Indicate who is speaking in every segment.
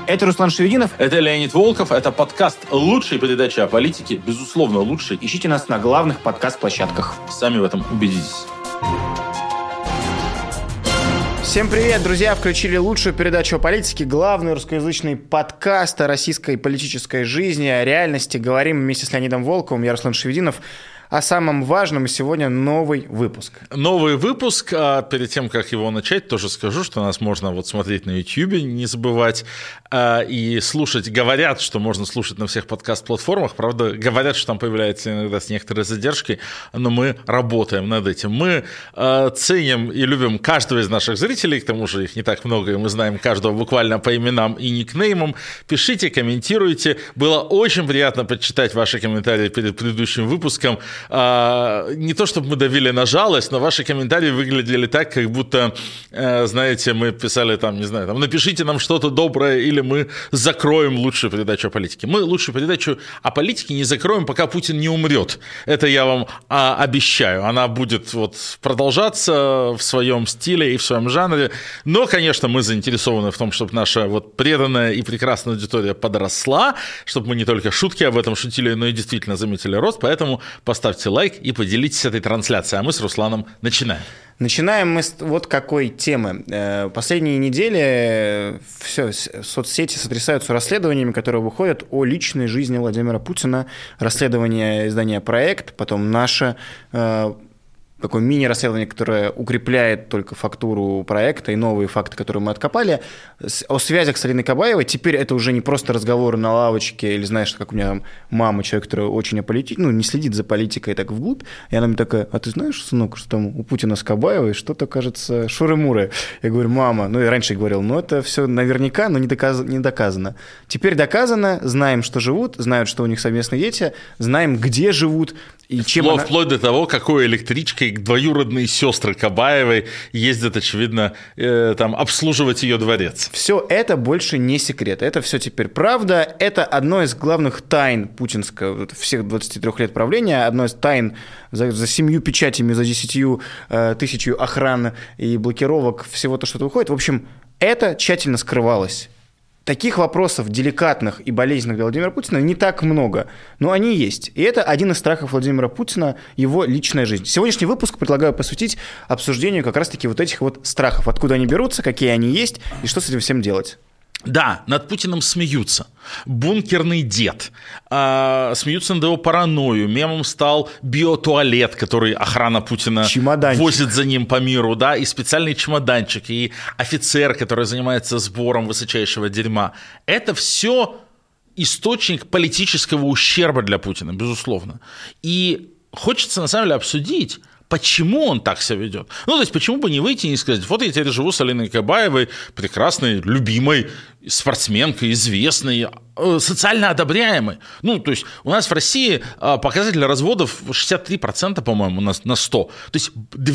Speaker 1: Это Руслан Шевединов.
Speaker 2: Это Леонид Волков. Это подкаст лучшей передачи о политике. Безусловно, лучшей.
Speaker 1: Ищите нас на главных подкаст-площадках.
Speaker 2: Сами в этом убедитесь.
Speaker 1: Всем привет, друзья! Включили лучшую передачу о политике, главный русскоязычный подкаст о российской политической жизни, о реальности. Говорим вместе с Леонидом Волковым, я Руслан Шевединов. О самом важном, и сегодня новый выпуск.
Speaker 2: Новый выпуск, а перед тем, как его начать, тоже скажу, что нас можно вот смотреть на YouTube, не забывать, и слушать. Говорят, что можно слушать на всех подкаст-платформах, правда, говорят, что там появляется иногда с некоторой задержкой, но мы работаем над этим. Мы ценим и любим каждого из наших зрителей, к тому же их не так много, и мы знаем каждого буквально по именам и никнеймам. Пишите, комментируйте. Было очень приятно почитать ваши комментарии перед предыдущим выпуском. Не то, чтобы мы давили на жалость, но ваши комментарии выглядели так, как будто, знаете, мы писали там, не знаю, там, напишите нам что-то доброе, или мы закроем лучшую передачу о политике. Мы лучшую передачу о политике не закроем, пока Путин не умрет. Это я вам обещаю. Она будет вот продолжаться в своем стиле и в своем жанре. Но, конечно, мы заинтересованы в том, чтобы наша вот преданная и прекрасная аудитория подросла, чтобы мы не только шутки об этом шутили, но и действительно заметили рост. Поэтому поставьте лайк и поделитесь этой трансляцией. А мы с Русланом начинаем.
Speaker 1: Начинаем мы с вот какой темы. Последние недели все, соцсети сотрясаются расследованиями, которые выходят о личной жизни Владимира Путина. Расследование издания «Проект», потом наше такое мини-расследование, которое укрепляет только фактуру проекта и новые факты, которые мы откопали, о связях с Алиной Кабаевой. Теперь это уже не просто разговоры на лавочке, или знаешь, как у меня там мама, человек, который очень не следит за политикой так вглубь, и она мне такая: а ты знаешь, сынок, что там у Путина с Кабаевой что-то, кажется, шуры-муры? Я говорю: мама, и раньше я говорил, это все наверняка, но не доказано. Теперь доказано, знаем, что живут, знают, что у них совместные дети, знаем, где живут, и чем
Speaker 2: вплоть до того, какой электричкой двоюродные сестры Кабаевой ездят, очевидно, там обслуживать ее дворец.
Speaker 1: Все это больше не секрет. Это все теперь правда. Это одно из главных тайн путинского всех 23 лет правления, одно из тайн за 7 печатями, за 10 тысячей охран и блокировок всего то, что выходит. В общем, это тщательно скрывалось. Таких вопросов деликатных и болезненных для Владимира Путина не так много, но они есть. И это один из страхов Владимира Путина, его личная жизнь. Сегодняшний выпуск предлагаю посвятить обсуждению как раз-таки вот этих вот страхов, откуда они берутся, какие они есть и что с этим всем делать.
Speaker 2: Да, над Путиным смеются. Бункерный дед. Смеются над его паранойю. Мемом стал биотуалет, который охрана Путина возит за ним по миру. Да, и специальный чемоданчик, и офицер, который занимается сбором высочайшего дерьма. Это все источник политического ущерба для Путина, безусловно. И хочется, на самом деле, обсудить, почему он так себя ведет. То есть, почему бы не выйти и не сказать: вот я теперь живу с Алиной Кабаевой, прекрасной, любимой спортсменкой, известной, социально одобряемой. То есть, у нас в России показатель разводов 63%, по-моему, на 100. То есть,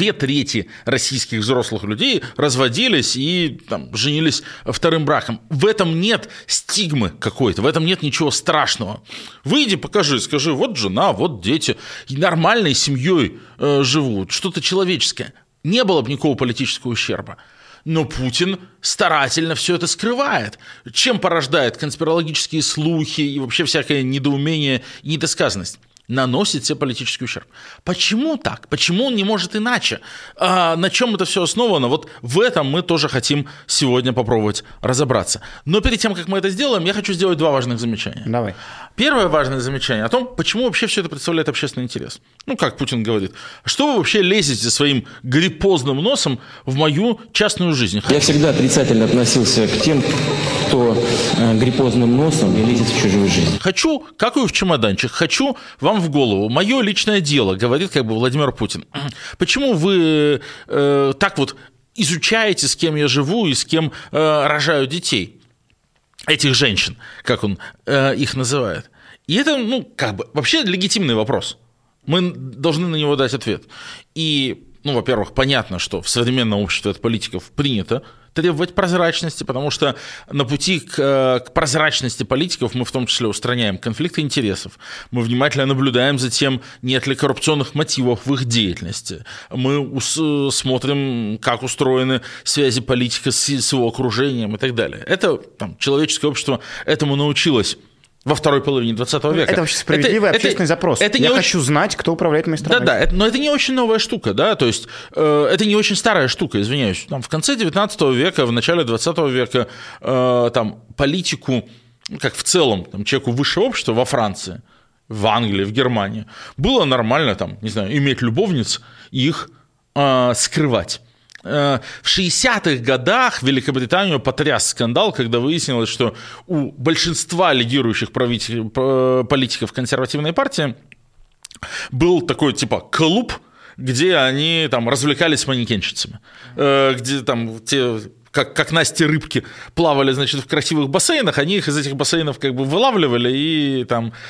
Speaker 2: 2/3 российских взрослых людей разводились и женились вторым браком. В этом нет стигмы какой-то, в этом нет ничего страшного. Выйди, покажи, скажи: вот жена, вот дети, и нормальной семьей живут, что-то человеческое. Не было бы никакого политического ущерба. Но Путин старательно все это скрывает. Чем порождает конспирологические слухи и вообще всякое недоумение и недосказанность? Наносит себе политический ущерб. Почему так? Почему он не может иначе? На чем это все основано? Вот в этом мы тоже хотим сегодня попробовать разобраться. Но перед тем, как мы это сделаем, я хочу сделать 2 важных замечания.
Speaker 1: Давай.
Speaker 2: Первое важное замечание о том, почему вообще все это представляет общественный интерес. Как Путин говорит: что вы вообще лезете своим гриппозным носом в мою частную жизнь?
Speaker 3: Я всегда отрицательно относился к тем, кто гриппозным носом и лезет в чужую жизнь.
Speaker 2: Хочу, какую в чемоданчик, хочу вам в голову. Мое личное дело, говорит Владимир Путин. Почему вы так вот изучаете, с кем я живу и с кем рожаю детей? Этих женщин, как он их называет. И это, вообще легитимный вопрос. Мы должны на него дать ответ. И, во-первых, понятно, что в современном обществе от политиков принято требовать прозрачности, потому что на пути к прозрачности политиков мы в том числе устраняем конфликты интересов, мы внимательно наблюдаем за тем, нет ли коррупционных мотивов в их деятельности, мы смотрим, как устроены связи политика с его окружением и так далее. Это человеческое общество этому научилось во второй половине 20 века.
Speaker 1: Это вообще справедливый общественный запрос. Я хочу знать, кто управляет моей страной.
Speaker 2: Да, но это не очень новая штука, да, то есть это не очень старая штука, извиняюсь. В конце 19 века, в начале 20 века политику, как в целом, человеку высшего общества во Франции, в Англии, в Германии, было нормально, иметь любовниц и их скрывать. В 60-х годах Великобританию потряс скандал, когда выяснилось, что у большинства лидирующих политиков консервативной партии был такой клуб, где они развлекались манекенщицами, где те, как Насти рыбки, плавали, в красивых бассейнах, они их из этих бассейнов вылавливали и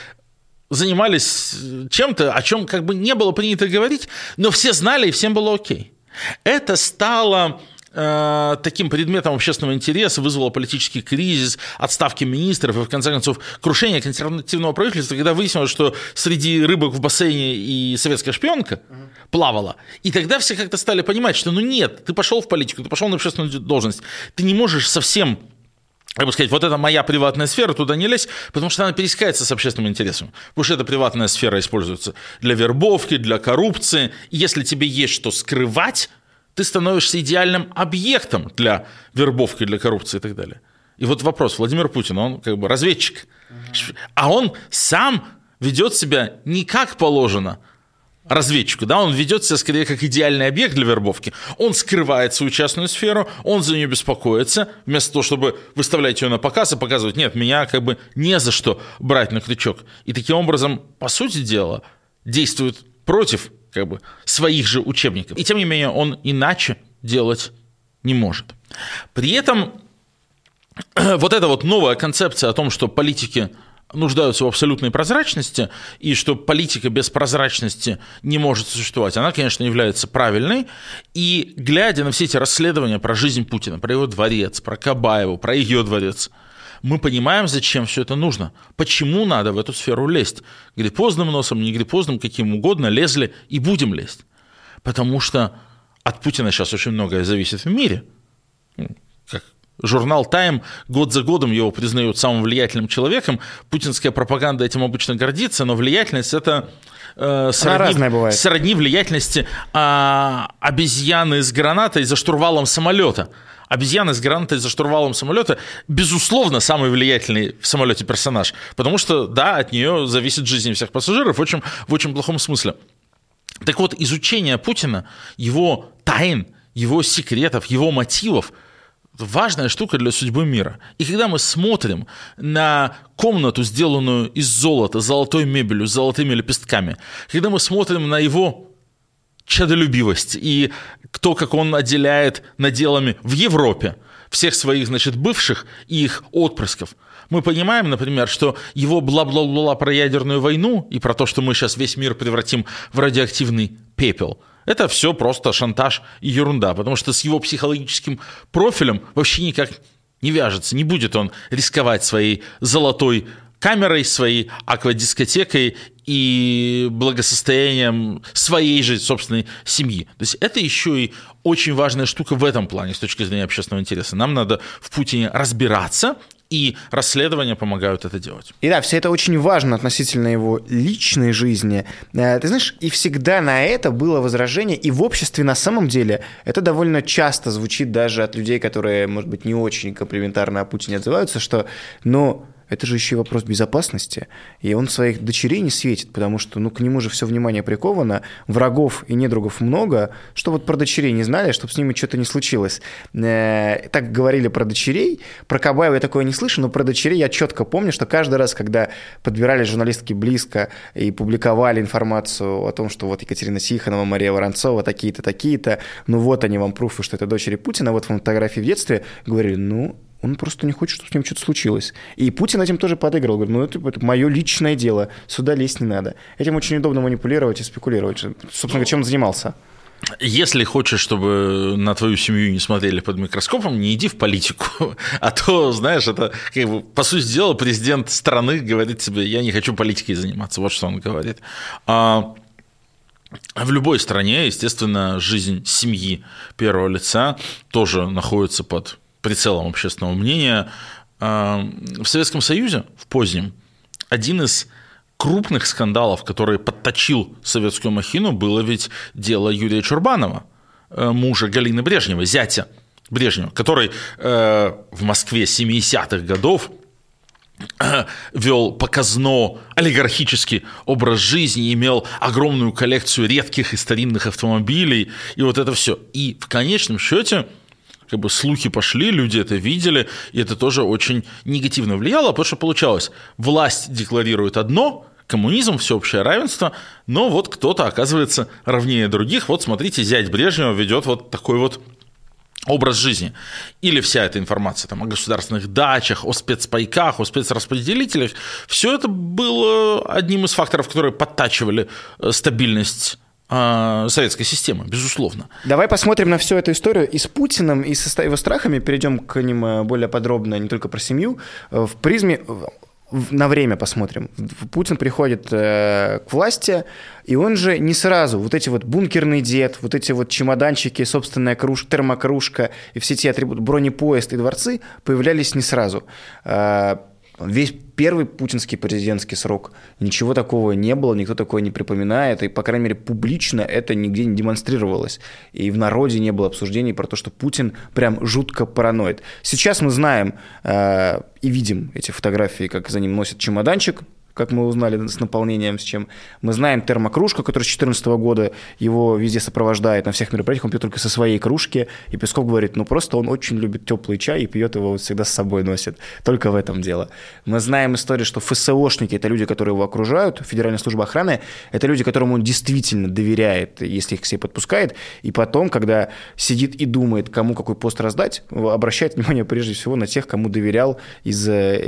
Speaker 2: занимались чем-то, о чем не было принято говорить, но все знали и всем было окей. Это стало таким предметом общественного интереса, вызвало политический кризис, отставки министров и, в конце концов, крушение консервативного правительства, когда выяснилось, что среди рыбок в бассейне и советская шпионка плавала. И тогда все как-то стали понимать, что нет, ты пошел в политику, ты пошел на общественную должность, ты не можешь совсем... сказать, вот это моя приватная сфера, туда не лезь, потому что она пересекается с общественным интересом. Потому что эта приватная сфера используется для вербовки, для коррупции. И если тебе есть что скрывать, ты становишься идеальным объектом для вербовки, для коррупции и так далее. И вот вопрос. Владимир Путин, он разведчик. А он сам ведет себя не как положено разведчику, он ведет себя скорее как идеальный объект для вербовки. Он скрывает свою частную сферу, он за нее беспокоится, вместо того, чтобы выставлять ее на показ и показывать, нет, меня не за что брать на крючок. И таким образом, по сути дела, действует против своих же учебников. И тем не менее, он иначе делать не может. При этом вот эта новая концепция о том, что политики нуждаются в абсолютной прозрачности, и что политика без прозрачности не может существовать, она, конечно, является правильной. И глядя на все эти расследования про жизнь Путина, про его дворец, про Кабаеву, про ее дворец, мы понимаем, зачем все это нужно, почему надо в эту сферу лезть. Гриппозным носом, не гриппозным, каким угодно, лезли и будем лезть. Потому что от Путина сейчас очень многое зависит в мире. Как журнал «Тайм» год за годом его признают самым влиятельным человеком. Путинская пропаганда этим обычно гордится, но влиятельность – это сродни влиятельности обезьяны с гранатой за штурвалом самолета. Обезьяна с гранатой за штурвалом самолета, безусловно, самый влиятельный в самолете персонаж, потому что, да, от нее зависит жизнь всех пассажиров в очень плохом смысле. Так вот, изучение Путина, его тайн, его секретов, его мотивов – важная штука для судьбы мира. И когда мы смотрим на комнату, сделанную из золота, золотой мебелью, с золотыми лепестками, когда мы смотрим на его чадолюбивость и то, как он отделяет наделами в Европе всех своих, бывших и их отпрысков, мы понимаем, например, что его бла-бла-бла про ядерную войну и про то, что мы сейчас весь мир превратим в радиоактивный пепел – это все просто шантаж и ерунда, потому что с его психологическим профилем вообще никак не вяжется. Не будет он рисковать своей золотой камерой, своей аквадискотекой и благосостоянием своей же собственной семьи. То есть это еще и очень важная штука в этом плане с точки зрения общественного интереса. Нам надо в Путине разбираться, и расследования помогают это делать.
Speaker 1: И да, все это очень важно относительно его личной жизни. Ты знаешь, и всегда на это было возражение, и в обществе на самом деле это довольно часто звучит даже от людей, которые, может быть, не очень комплиментарно о Путине отзываются, что, это же еще и вопрос безопасности, и он своих дочерей не светит, потому что, к нему же все внимание приковано, врагов и недругов много, что вот про дочерей не знали, чтобы с ними что-то не случилось. Так говорили про дочерей, про Кабаева я такое не слышу, но про дочерей я четко помню, что каждый раз, когда подбирали журналистки близко и публиковали информацию о том, что вот Екатерина Тихонова, Мария Воронцова, такие-то, такие-то, вот они вам пруфы, что это дочери Путина, вот вам фотографии в детстве, говорили, он просто не хочет, чтобы с ним что-то случилось. И Путин этим тоже подыгрывал. Говорит, это мое личное дело, сюда лезть не надо. Этим очень удобно манипулировать и спекулировать. Собственно, чем он занимался.
Speaker 2: Если хочешь, чтобы на твою семью не смотрели под микроскопом, не иди в политику. А то, знаешь, это, как бы, по сути дела, президент страны говорит тебе: я не хочу политикой заниматься. Вот что он говорит. В любой стране, естественно, жизнь семьи первого лица тоже находится под прицелом общественного мнения. В Советском Союзе, в позднем, один из крупных скандалов, который подточил советскую махину, было ведь дело Юрия Чурбанова, мужа Галины Брежневой, зятя Брежнева, который в Москве 70-х годов вел показно-олигархический образ жизни, имел огромную коллекцию редких и старинных автомобилей, и вот это все. И в конечном счете, как бы, слухи пошли, люди это видели, и это тоже очень негативно влияло, потому что получалось: власть декларирует одно, коммунизм, всеобщее равенство, но вот кто-то оказывается равнее других. Вот смотрите, зять Брежнева ведет вот такой вот образ жизни. Или вся эта информация там о государственных дачах, о спецпайках, о спецраспределителях, все это было одним из факторов, которые подтачивали стабильность советской системы, безусловно.
Speaker 1: Давай посмотрим на всю эту историю и с Путиным, и с его страхами, перейдем к ним более подробно, не только про семью, в призме, на время посмотрим. Путин приходит к власти, и он же не сразу, вот эти вот бункерный дед, вот эти вот чемоданчики, собственная кружка, термокружка и все эти атрибуты, бронепоезд и дворцы появлялись не сразу. Весь первый путинский президентский срок ничего такого не было, никто такое не припоминает, и, по крайней мере, публично это нигде не демонстрировалось. И в народе не было обсуждений про то, что Путин прям жутко параноид. Сейчас мы знаем и видим эти фотографии, как за ним носят чемоданчик, как мы узнали, с наполнением, с чем. Мы знаем термокружку, которая с 2014 года его везде сопровождает, на всех мероприятиях, он пьет только со своей кружки, и Песков говорит, ну просто он очень любит теплый чай и пьет его, вот всегда с собой носит. Только в этом дело. Мы знаем историю, что ФСОшники – это люди, которые его окружают, Федеральная служба охраны – это люди, которым он действительно доверяет, если их к себе подпускает, и потом, когда сидит и думает, кому какой пост раздать, обращает внимание прежде всего на тех, кому доверял из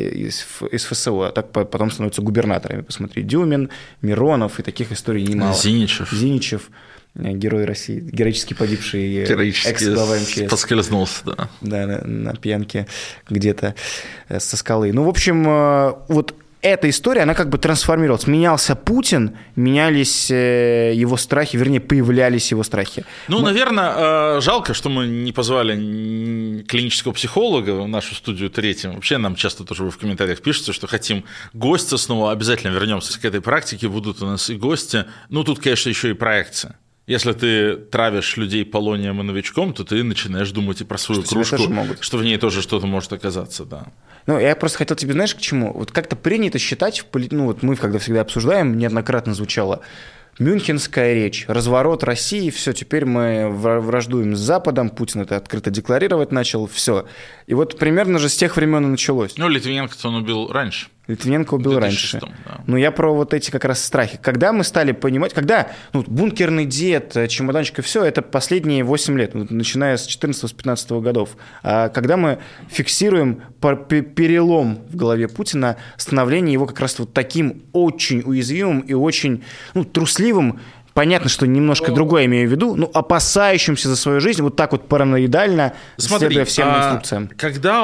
Speaker 1: ФСО, а так потом становится губернаторами. Посмотри, Дюмин, Миронов, и таких историй немало. Зиничев, герой России, героически погибший экс-глава МЧС.
Speaker 2: Поскользнулся, да.
Speaker 1: Да, на пьянке где-то со скалы. Ну, в общем, вот эта история, она как бы трансформировалась. Менялся Путин, менялись его страхи, вернее, появлялись его страхи.
Speaker 2: Ну, наверное, жалко, что мы не позвали клинического психолога в нашу студию третьим. Вообще нам часто тоже вы в комментариях пишете, что хотим гостя снова. Обязательно вернемся к этой практике, будут у нас и гости. Ну, тут, конечно, еще и проекция. Если ты травишь людей полонием и новичком, то ты начинаешь думать и про свою кружку, что в ней тоже что-то может оказаться, да.
Speaker 1: Ну, я просто хотел тебе, знаешь, к чему? Вот как-то принято считать, ну, вот мы когда всегда обсуждаем, неоднократно звучало, Мюнхенская речь, разворот России, все, теперь мы враждуем с Западом, Путин это открыто декларировать начал, все. И вот примерно же с тех времен и началось.
Speaker 2: Ну, Литвиненко-то он убил раньше.
Speaker 1: Литвиненко убил раньше. Да. Но я про вот эти как раз страхи. Когда мы стали понимать, когда бункерный дед, чемоданчик и все, это последние 8 лет, начиная с 14-15 годов. А когда мы фиксируем перелом в голове Путина, становление его как раз вот таким очень уязвимым и очень трусливым, понятно, что немножко другое имею в виду, опасающимся за свою жизнь, вот так вот параноидально, следуя всем инструкциям.
Speaker 2: Когда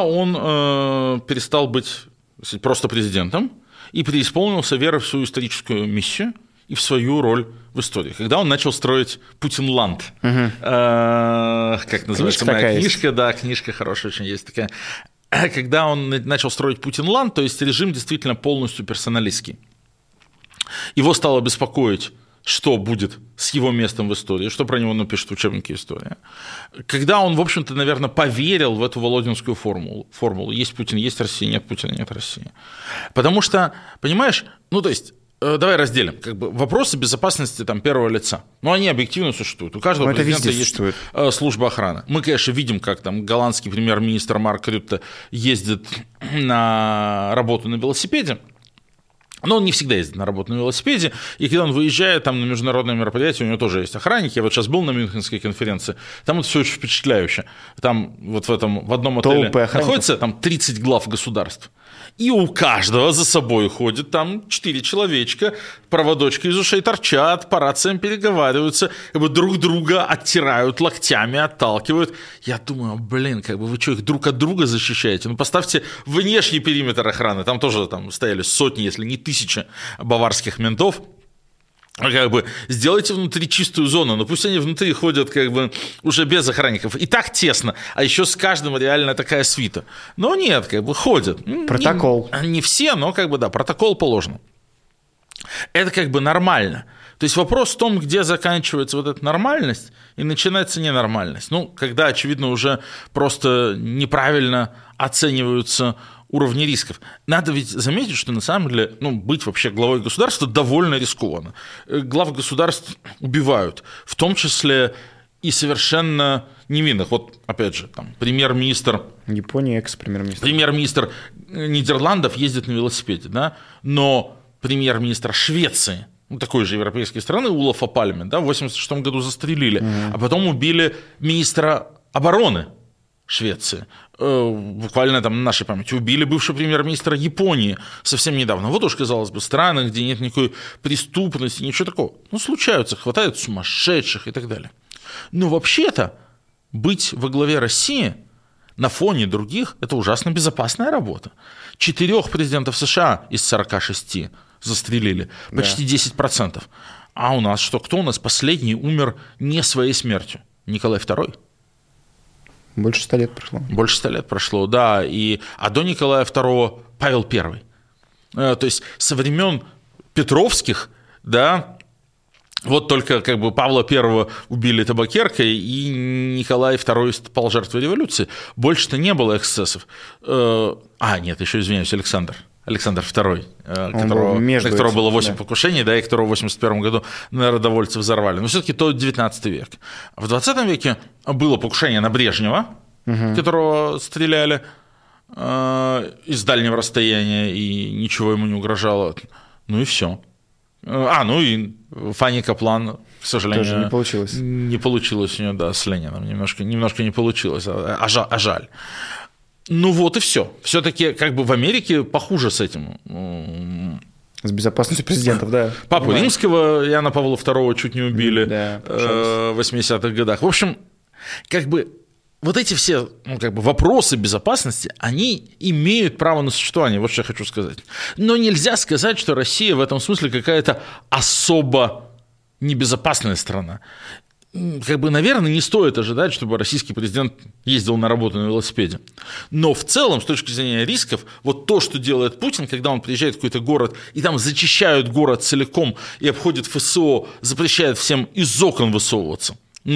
Speaker 2: он перестал быть просто президентом и преисполнился веры в свою историческую миссию и в свою роль в истории. Когда он начал строить Путинланд. Как называется моя книжка? Да, книжка хорошая очень есть такая. Когда он начал строить Путинланд, то есть режим действительно полностью персоналистский. Его стало беспокоить, что будет с его местом в истории, что про него напишут в учебнике истории. Когда он, в общем-то, наверное, поверил в эту володинскую формулу. Есть Путин, есть Россия, нет Путина, нет России. Потому что, понимаешь, давай разделим. Вопросы безопасности первого лица. Они объективно существуют. У каждого президента есть служба охраны. Мы, конечно, видим, как голландский премьер-министр Марк Рютте ездит на работу на велосипеде. Но он не всегда ездит на работу на велосипеде, и когда он выезжает на международное мероприятие, у него тоже есть охранники. Я вот сейчас был на Мюнхенской конференции, там это все очень впечатляюще. Там вот в одном отеле находится 30 глав государств. И у каждого за собой ходит там 4 человечка, проводочки из ушей торчат, по рациям переговариваются, как бы друг друга оттирают локтями, отталкивают. Я думаю, блин, как бы вы что, их друг от друга защищаете? Ну, поставьте внешний периметр охраны, там тоже стояли сотни, если не тысячи баварских ментов. Как бы сделайте внутри чистую зону, но пусть они внутри ходят как бы уже без охранников. И так тесно, а еще с каждым реально такая свита. Но нет, как бы ходят.
Speaker 1: Протокол.
Speaker 2: Не все, но как бы да, протокол положен. Это как бы нормально. То есть вопрос в том, где заканчивается вот эта нормальность и начинается ненормальность. Ну, когда, очевидно, уже просто неправильно оцениваются уровни рисков. Надо ведь заметить, что на самом деле быть вообще главой государства довольно рискованно. Глав государств убивают, в том числе и совершенно невинных. Вот, опять же, премьер-министр...
Speaker 1: Япония, экс-премьер-министр.
Speaker 2: Премьер-министр Нидерландов ездит на велосипеде, да? Но премьер-министр Швеции, такой же европейской страны, Олафа Пальме, да, в 1986 году застрелили, а потом убили министра обороны Швеции. Буквально на нашей памяти убили бывшего премьер-министра Японии совсем недавно. Вот уж, казалось бы, страны, где нет никакой преступности, ничего такого. Случаются, хватает сумасшедших и так далее. Но вообще-то быть во главе России на фоне других – это ужасно безопасная работа. 4 президентов США из 46 застрелили, почти 10%. А у нас что? Кто у нас последний умер не своей смертью? Николай II.
Speaker 1: Больше 100 лет прошло.
Speaker 2: Больше 100 лет прошло, да. А до Николая II Павел I. То есть со времен Петровских, да, вот только как бы Павла I убили табакеркой, и Николай II стал жертвой революции. Больше-то не было эксцессов. Нет, еще, извиняюсь, Александр II, которого было 8 покушений, да, и которого в 1981 году народовольцы взорвали. Но все-таки то 19 век. В 20 веке было покушение на Брежнева, которого стреляли из дальнего расстояния, и ничего ему не угрожало. Ну и все. И Фанни Каплан, к сожалению,
Speaker 1: тоже не получилось.
Speaker 2: Не получилось у нее, да, с Лениным. Немножко не получилось, а жаль. Ну вот и все. Все-таки как бы в Америке похуже с этим.
Speaker 1: С безопасностью президентов, да.
Speaker 2: Папу Римского, Иоанна Павла II чуть не убили в 80-х годах. В общем, как бы вот эти все вопросы безопасности, они имеют право на существование, вот что я хочу сказать. Но нельзя сказать, что Россия в этом смысле какая-то особо небезопасная страна. Наверное, не стоит ожидать, чтобы российский президент ездил на работу на велосипеде. Но в целом, с точки зрения рисков, вот то, что делает Путин, когда он приезжает в какой-то город, и там зачищают город целиком, и обходит ФСО, запрещает всем из окон высовываться.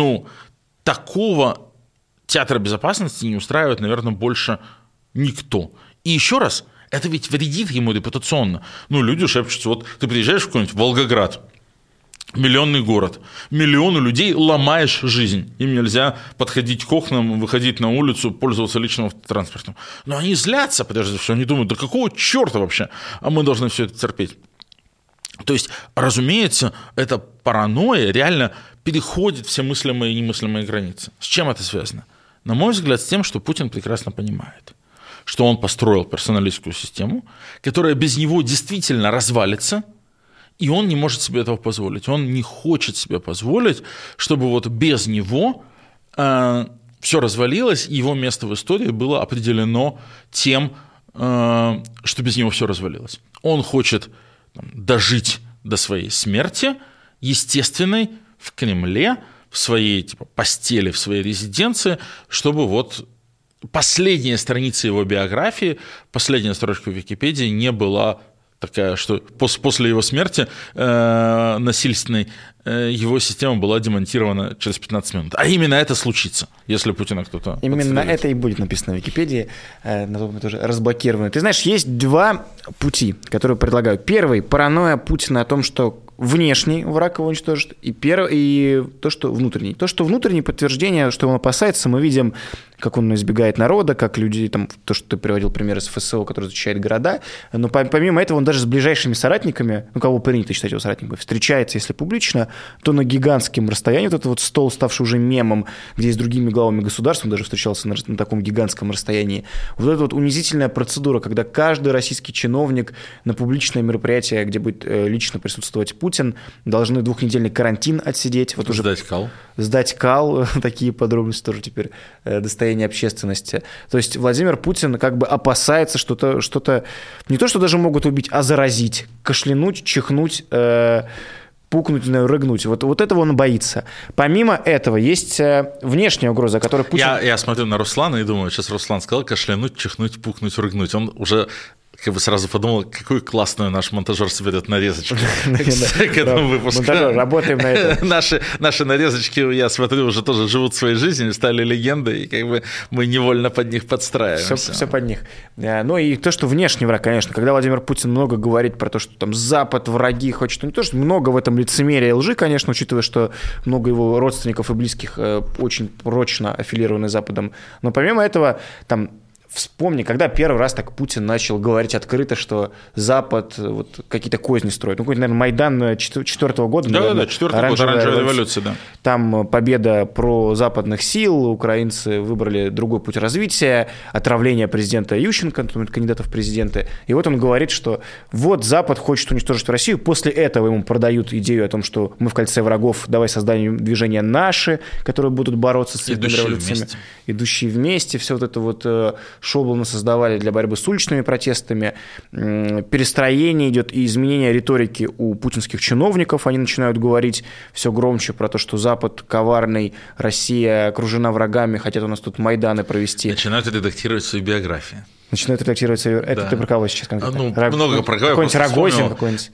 Speaker 2: Такого театра безопасности не устраивает, наверное, больше никто. И еще раз, это ведь вредит ему репутационно. Люди шепчутся, вот ты приезжаешь в какой-нибудь Волгоград, миллионный город, миллиону людей ломаешь жизнь. Им нельзя подходить к окнам, выходить на улицу, пользоваться личным транспортом. Но они злятся, прежде всего, они думают, да какого черта вообще, а мы должны все это терпеть. То есть, разумеется, эта паранойя реально переходит все мыслимые и немыслимые границы. С чем это связано? На мой взгляд, с тем, что Путин прекрасно понимает, что он построил персоналистскую систему, которая без него действительно развалится, и он не может себе этого позволить. Он не хочет себе позволить, чтобы вот без него все развалилось, и его место в истории было определено тем, что без него все развалилось. Он хочет дожить до своей смерти, естественной, в Кремле, в своей постели, в своей резиденции, чтобы вот последняя страница его биографии, последняя строчка в Википедии не была такая, что после его смерти насильственной его система была демонтирована через 15 минут. А именно это случится, если Путина кто-то
Speaker 1: Именно
Speaker 2: подстрелит.
Speaker 1: это и будет написано в Википедии, на том тоже разблокировано. Ты знаешь, есть 2 пути, которые предлагаю. Первый – паранойя Путина о том, что внешний враг его уничтожит, и то, что внутренний. То, что внутреннее подтверждение, что он опасается, мы видим как он избегает народа, как люди, там, то, что ты приводил пример из ФСО, который защищает города, но помимо этого он даже с ближайшими соратниками, кого принято считать его соратниками, встречается, если публично, то на гигантском расстоянии, вот этот вот стол, ставший уже мемом, где с другими главами государств, он даже встречался на таком гигантском расстоянии. Вот эта вот унизительная процедура, когда каждый российский чиновник на публичное мероприятие, где будет лично присутствовать Путин, должны двухнедельный карантин отсидеть. Вот уже сдать кал, такие подробности тоже теперь достояние общественности. То есть Владимир Путин как бы опасается что-то не то, что даже могут убить, а заразить, кашлянуть, чихнуть, пукнуть, рыгнуть. Вот этого он боится. Помимо этого есть внешняя угроза, которую Путин...
Speaker 2: Я смотрю на Руслана и думаю, сейчас Руслан сказал кашлянуть, чихнуть, пукнуть, рыгнуть. Он уже... как бы сразу подумал, какую классную наш монтажер соберет нарезочки к этому выпуску.
Speaker 1: Работаем на это.
Speaker 2: Наши нарезочки, я смотрю, уже тоже живут своей жизнью, стали легендой, и как бы мы невольно под них подстраиваемся.
Speaker 1: Все под них. Ну и то, что внешний враг, конечно, когда Владимир Путин много говорит про то, что там Запад, враги, хочет, не то, что много в этом лицемерия и лжи, конечно, учитывая, что много его родственников и близких очень прочно аффилированы Западом, но помимо этого, там, вспомни, когда первый раз так Путин начал говорить открыто, что Запад вот, какие-то козни строит. Ну, какой-то, наверное, Майдан 4-го года.
Speaker 2: Да, 4-й год, оранжевая революция, да.
Speaker 1: Там победа прозападных сил, украинцы выбрали другой путь развития, отравление президента Ющенко, кандидата в президенты. И вот он говорит, что вот Запад хочет уничтожить Россию. После этого ему продают идею о том, что мы в кольце врагов, давай создаем движение «Наши», которые будут бороться с цветными революциями. Идущие вместе. Все вот это вот шоблоны создавали для борьбы с уличными протестами, перестроение идет и изменение риторики у путинских чиновников, они начинают говорить все громче про то, что Запад коварный, Россия окружена врагами, хотят у нас тут Майданы провести.
Speaker 2: Начинают редактировать свои биографии.
Speaker 1: Начинают редактировать свои... Это да. Ты про кого сейчас конкретно?
Speaker 2: Много про кого.
Speaker 1: Какой-нибудь Рогозин какой-нибудь?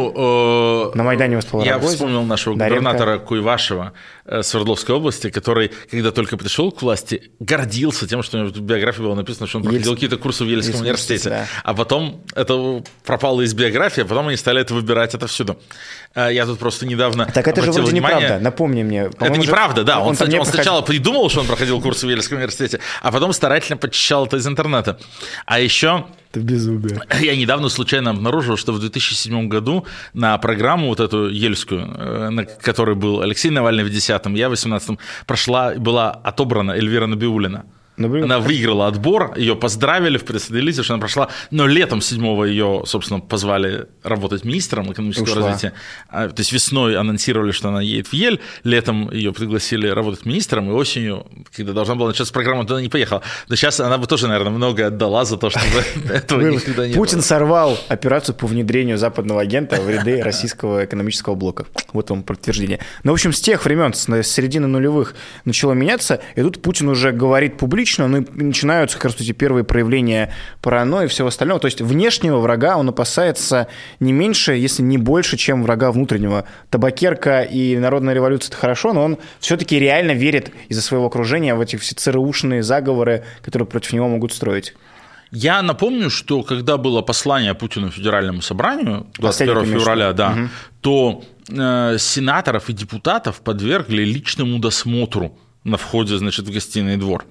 Speaker 1: На Майдане выступал Рогозин.
Speaker 2: Я вспомнил нашего губернатора Куйвашева Свердловской области, который, когда только пришел к власти, гордился тем, что у него в биографии было написано, что он проходил какие-то курсы в Ельском университете. Да. А потом это пропало из биографии, а потом они стали это выбирать отовсюду. Я тут просто недавно
Speaker 1: так это же вроде неправда, напомни мне.
Speaker 2: Это неправда, да. Он сначала придумал, что он проходил курсы в Ельском университете, а потом старательно подчищал это из интернета. А еще
Speaker 1: это безумие.
Speaker 2: Я недавно случайно обнаружил, что в 2007 году на программу вот эту ельскую, на которой был Алексей Навальный в 10-м, я в 18-м, была отобрана Эльвира Набиуллина. Она выиграла отбор, ее поздравили в пресс-релизе, что она прошла, но летом 7-го ее, собственно, позвали работать министром экономического развития. То есть весной анонсировали, что она едет в Ель, летом ее пригласили работать министром, и осенью, когда должна была начаться программа, туда не поехала. Но сейчас она бы тоже, наверное, многое отдала за то, чтобы этого никогда не было.
Speaker 1: Путин сорвал операцию по внедрению западного агента в ряды российского экономического блока. Вот вам подтверждение. Но, в общем, с тех времен, с середины нулевых начало меняться, и тут Путин уже говорит публично, но начинаются, как раз эти первые проявления паранойи и всего остального. То есть внешнего врага он опасается не меньше, если не больше, чем врага внутреннего. Табакерка и народная революция – это хорошо, но он все-таки реально верит из-за своего окружения в эти все ЦРУшные заговоры, которые против него могут строить.
Speaker 2: Я напомню, что когда было послание Путину Федеральному собранию 21 февраля, да, то сенаторов и депутатов подвергли личному досмотру на входе, значит, в гостиный двор.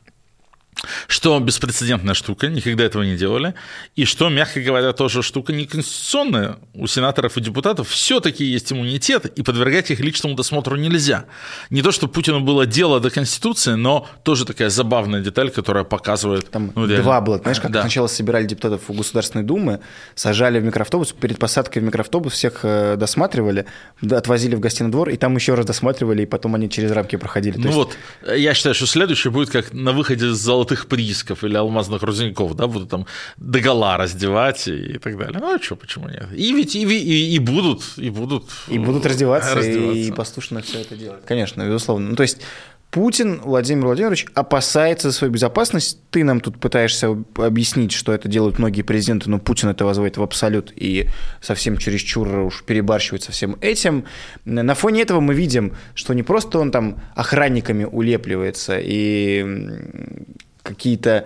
Speaker 2: Что беспрецедентная штука, никогда этого не делали, и что, мягко говоря, тоже штука неконституционная. У сенаторов и депутатов все-таки есть иммунитет, и подвергать их личному досмотру нельзя. Не то, что Путину было дело до Конституции, но тоже такая забавная деталь, которая показывает...
Speaker 1: Там два было, знаешь, как сначала собирали депутатов у Государственной Думы, сажали в микроавтобус, перед посадкой в микроавтобус всех досматривали, отвозили в гостиный двор, и там еще раз досматривали, и потом они через рамки проходили.
Speaker 2: Ну вот, я считаю, что следующее будет как на выходе с золотых приисков или алмазных рудников, да, будут там догола раздевать и так далее. Ну, а что, почему нет? И ведь и будут
Speaker 1: раздеваться и послушно все это делать. Конечно, безусловно. Ну, то есть Путин, Владимир Владимирович, опасается за свою безопасность. Ты нам тут пытаешься объяснить, что это делают многие президенты, но Путин это возводит в абсолют и совсем чересчур уж перебарщивает со всем этим. На фоне этого мы видим, что не просто он там охранниками улепливается и какие-то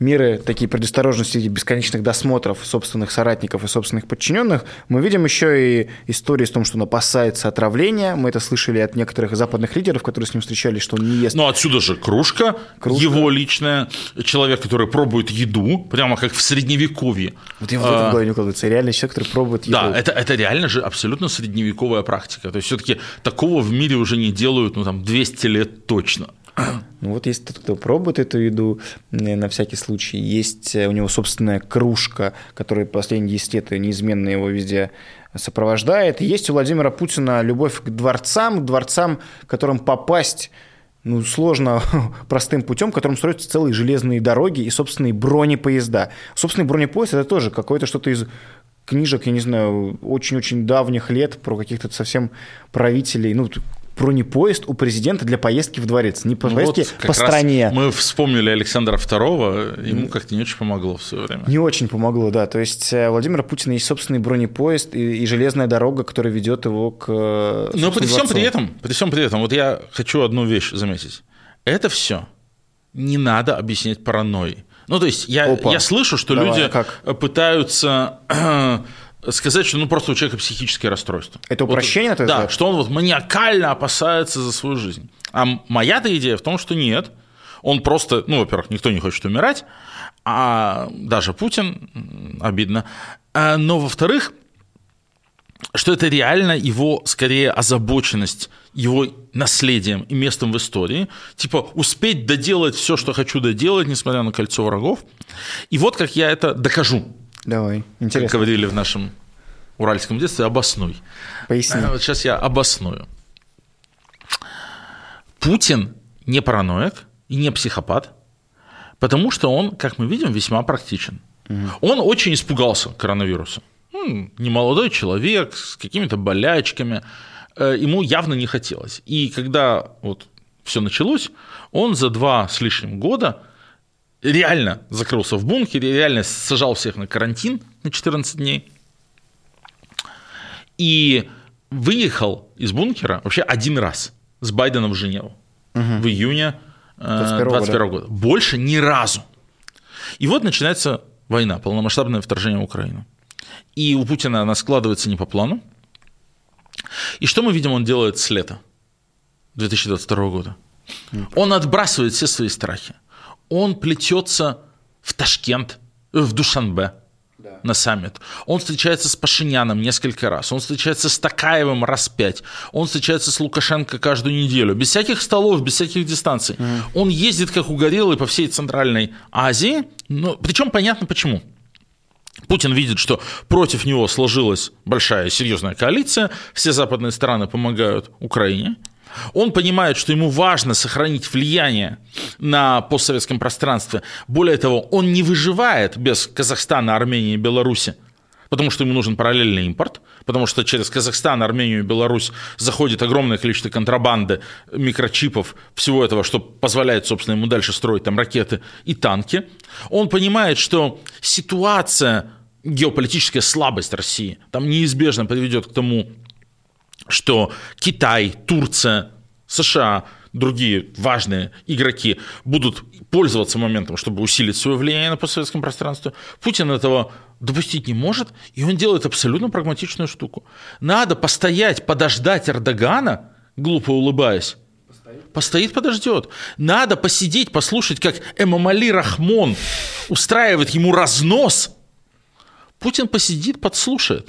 Speaker 1: меры такие предосторожности и бесконечных досмотров собственных соратников и собственных подчиненных, мы видим еще и истории с том, что он опасается отравления. Мы это слышали от некоторых западных лидеров, которые с ним встречались, что он не ест.
Speaker 2: Ну, отсюда же кружка. Его личная, человек, который пробует еду, прямо как в Средневековье.
Speaker 1: Вот я в голове не укладывается. Реально человек, который пробует еду.
Speaker 2: Да, это реально же абсолютно средневековая практика. То есть все-таки такого в мире уже не делают, 200 лет точно.
Speaker 1: Ну вот есть тот, кто пробует эту еду на всякий случай. Есть у него собственная кружка, которая последние 10 лет неизменно его везде сопровождает. И есть у Владимира Путина любовь к дворцам, к которым попасть сложно простым путем, которым строятся целые железные дороги и собственные бронепоезда. Собственный бронепоезд – это тоже какое-то что-то из книжек, я не знаю, очень-очень давних лет про каких-то совсем правителей, бронепоезд у президента для поездки в дворец, не по поездке по стране.
Speaker 2: Мы вспомнили Александра II, ему как-то не очень помогло в свое время.
Speaker 1: Не очень помогло, да. То есть у Владимира Путина есть собственный бронепоезд и железная дорога, которая ведет его к
Speaker 2: Но при всем при этом, вот я хочу одну вещь заметить. Это все не надо объяснять паранойей. То есть я слышу, что люди пытаются сказать, что просто у человека психическое расстройство.
Speaker 1: Это упрощение?
Speaker 2: Да, что он маниакально опасается за свою жизнь. А моя-то идея в том, что нет. Он просто, во-первых, никто не хочет умирать, а даже Путин, обидно. Но, во-вторых, что это реально его, скорее, озабоченность его наследием и местом в истории. Успеть доделать все, что хочу доделать, несмотря на кольцо врагов. И вот как я это докажу.
Speaker 1: Давай, интересно.
Speaker 2: Как говорили в нашем уральском детстве, обоснуй.
Speaker 1: Поясни.
Speaker 2: Вот сейчас я обосную. Путин не параноик и не психопат, потому что он, как мы видим, весьма практичен. Он очень испугался коронавируса. Немолодой человек с какими-то болячками, ему явно не хотелось. И когда все началось, он за 2 с лишним года реально закрылся в бункере, реально сажал всех на карантин на 14 дней и выехал из бункера вообще один раз с Байденом в Женеву в июне 2021 года. Больше ни разу. И вот начинается война, полномасштабное вторжение в Украину. И у Путина она складывается не по плану. И что мы видим, он делает с лета 2022 года? Он отбрасывает все свои страхи. Он плетется в Ташкент, в Душанбе на саммит. Он встречается с Пашиняном несколько раз. Он встречается с Токаевым раз 5. Он встречается с Лукашенко каждую неделю. Без всяких столов, без всяких дистанций. Он ездит как угорелый по всей Центральной Азии. Причем понятно почему. Путин видит, что против него сложилась большая серьезная коалиция. Все западные страны помогают Украине. Он понимает, что ему важно сохранить влияние на постсоветском пространстве. Более того, он не выживает без Казахстана, Армении и Беларуси, потому что ему нужен параллельный импорт, потому что через Казахстан, Армению и Беларусь заходит огромное количество контрабанды, микрочипов, всего этого, что позволяет, собственно, ему дальше строить там ракеты и танки. Он понимает, что ситуация, геополитическая слабость России там неизбежно приведет к тому, что Китай, Турция, США, другие важные игроки будут пользоваться моментом, чтобы усилить свое влияние на постсоветском пространстве. Путин этого допустить не может, и он делает абсолютно прагматичную штуку. Надо постоять, подождать Эрдогана, глупо улыбаясь. Постоит, подождет. Надо посидеть, послушать, как Эмомали Рахмон устраивает ему разнос. Путин посидит, подслушает.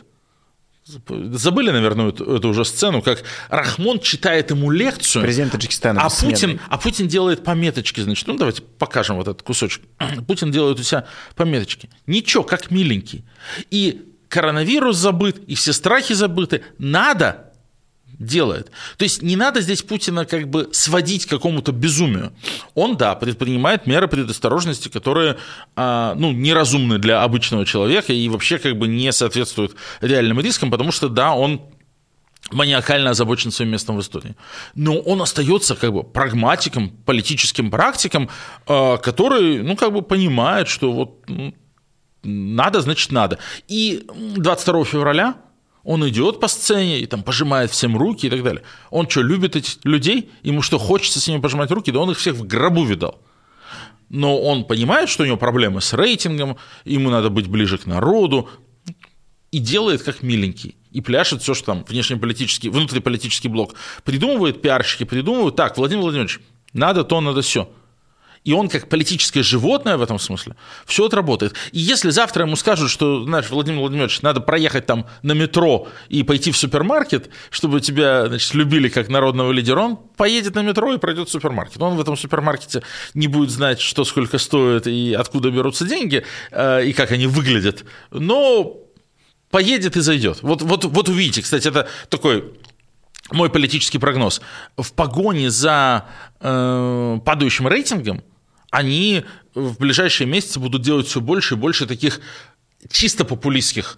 Speaker 2: Забыли, наверное, эту уже сцену, как Рахмон читает ему лекцию,
Speaker 1: президент Таджикистана,
Speaker 2: а Путин делает пометочки. Значит, давайте покажем вот этот кусочек. Путин делает у себя пометочки. Ничего, как миленький. И коронавирус забыт, и все страхи забыты. Надо делает. То есть не надо здесь Путина как бы сводить к какому-то безумию. Он, да, предпринимает меры предосторожности, которые неразумны для обычного человека и вообще как бы не соответствуют реальным рискам, потому что, да, он маниакально озабочен своим местом в истории. Но он остается как бы прагматиком, политическим практиком, который, как бы понимает, что надо, значит надо. И 22 февраля он идет по сцене и там пожимает всем руки и так далее. Он что, любит этих людей? Ему что, хочется с ними пожимать руки? Да он их всех в гробу видал. но он понимает, что у него проблемы с рейтингом, ему надо быть ближе к народу, и делает как миленький. И пляшет все, что там внешнеполитический, внутриполитический блок. Придумывают пиарщики, придумывают, так, Владимир Владимирович, надо то, надо сё. И он как политическое животное в этом смысле все отработает. И если завтра ему скажут, что, знаешь, Владимир Владимирович, надо проехать там на метро и пойти в супермаркет, чтобы тебя, значит, любили как народного лидера, он поедет на метро и пройдет в супермаркет. Он в этом супермаркете не будет знать, что сколько стоит и откуда берутся деньги, и как они выглядят, но поедет и зайдет. Вот увидите, кстати, это такой мой политический прогноз. В погоне за падающим рейтингом они в ближайшие месяцы будут делать все больше и больше таких чисто популистских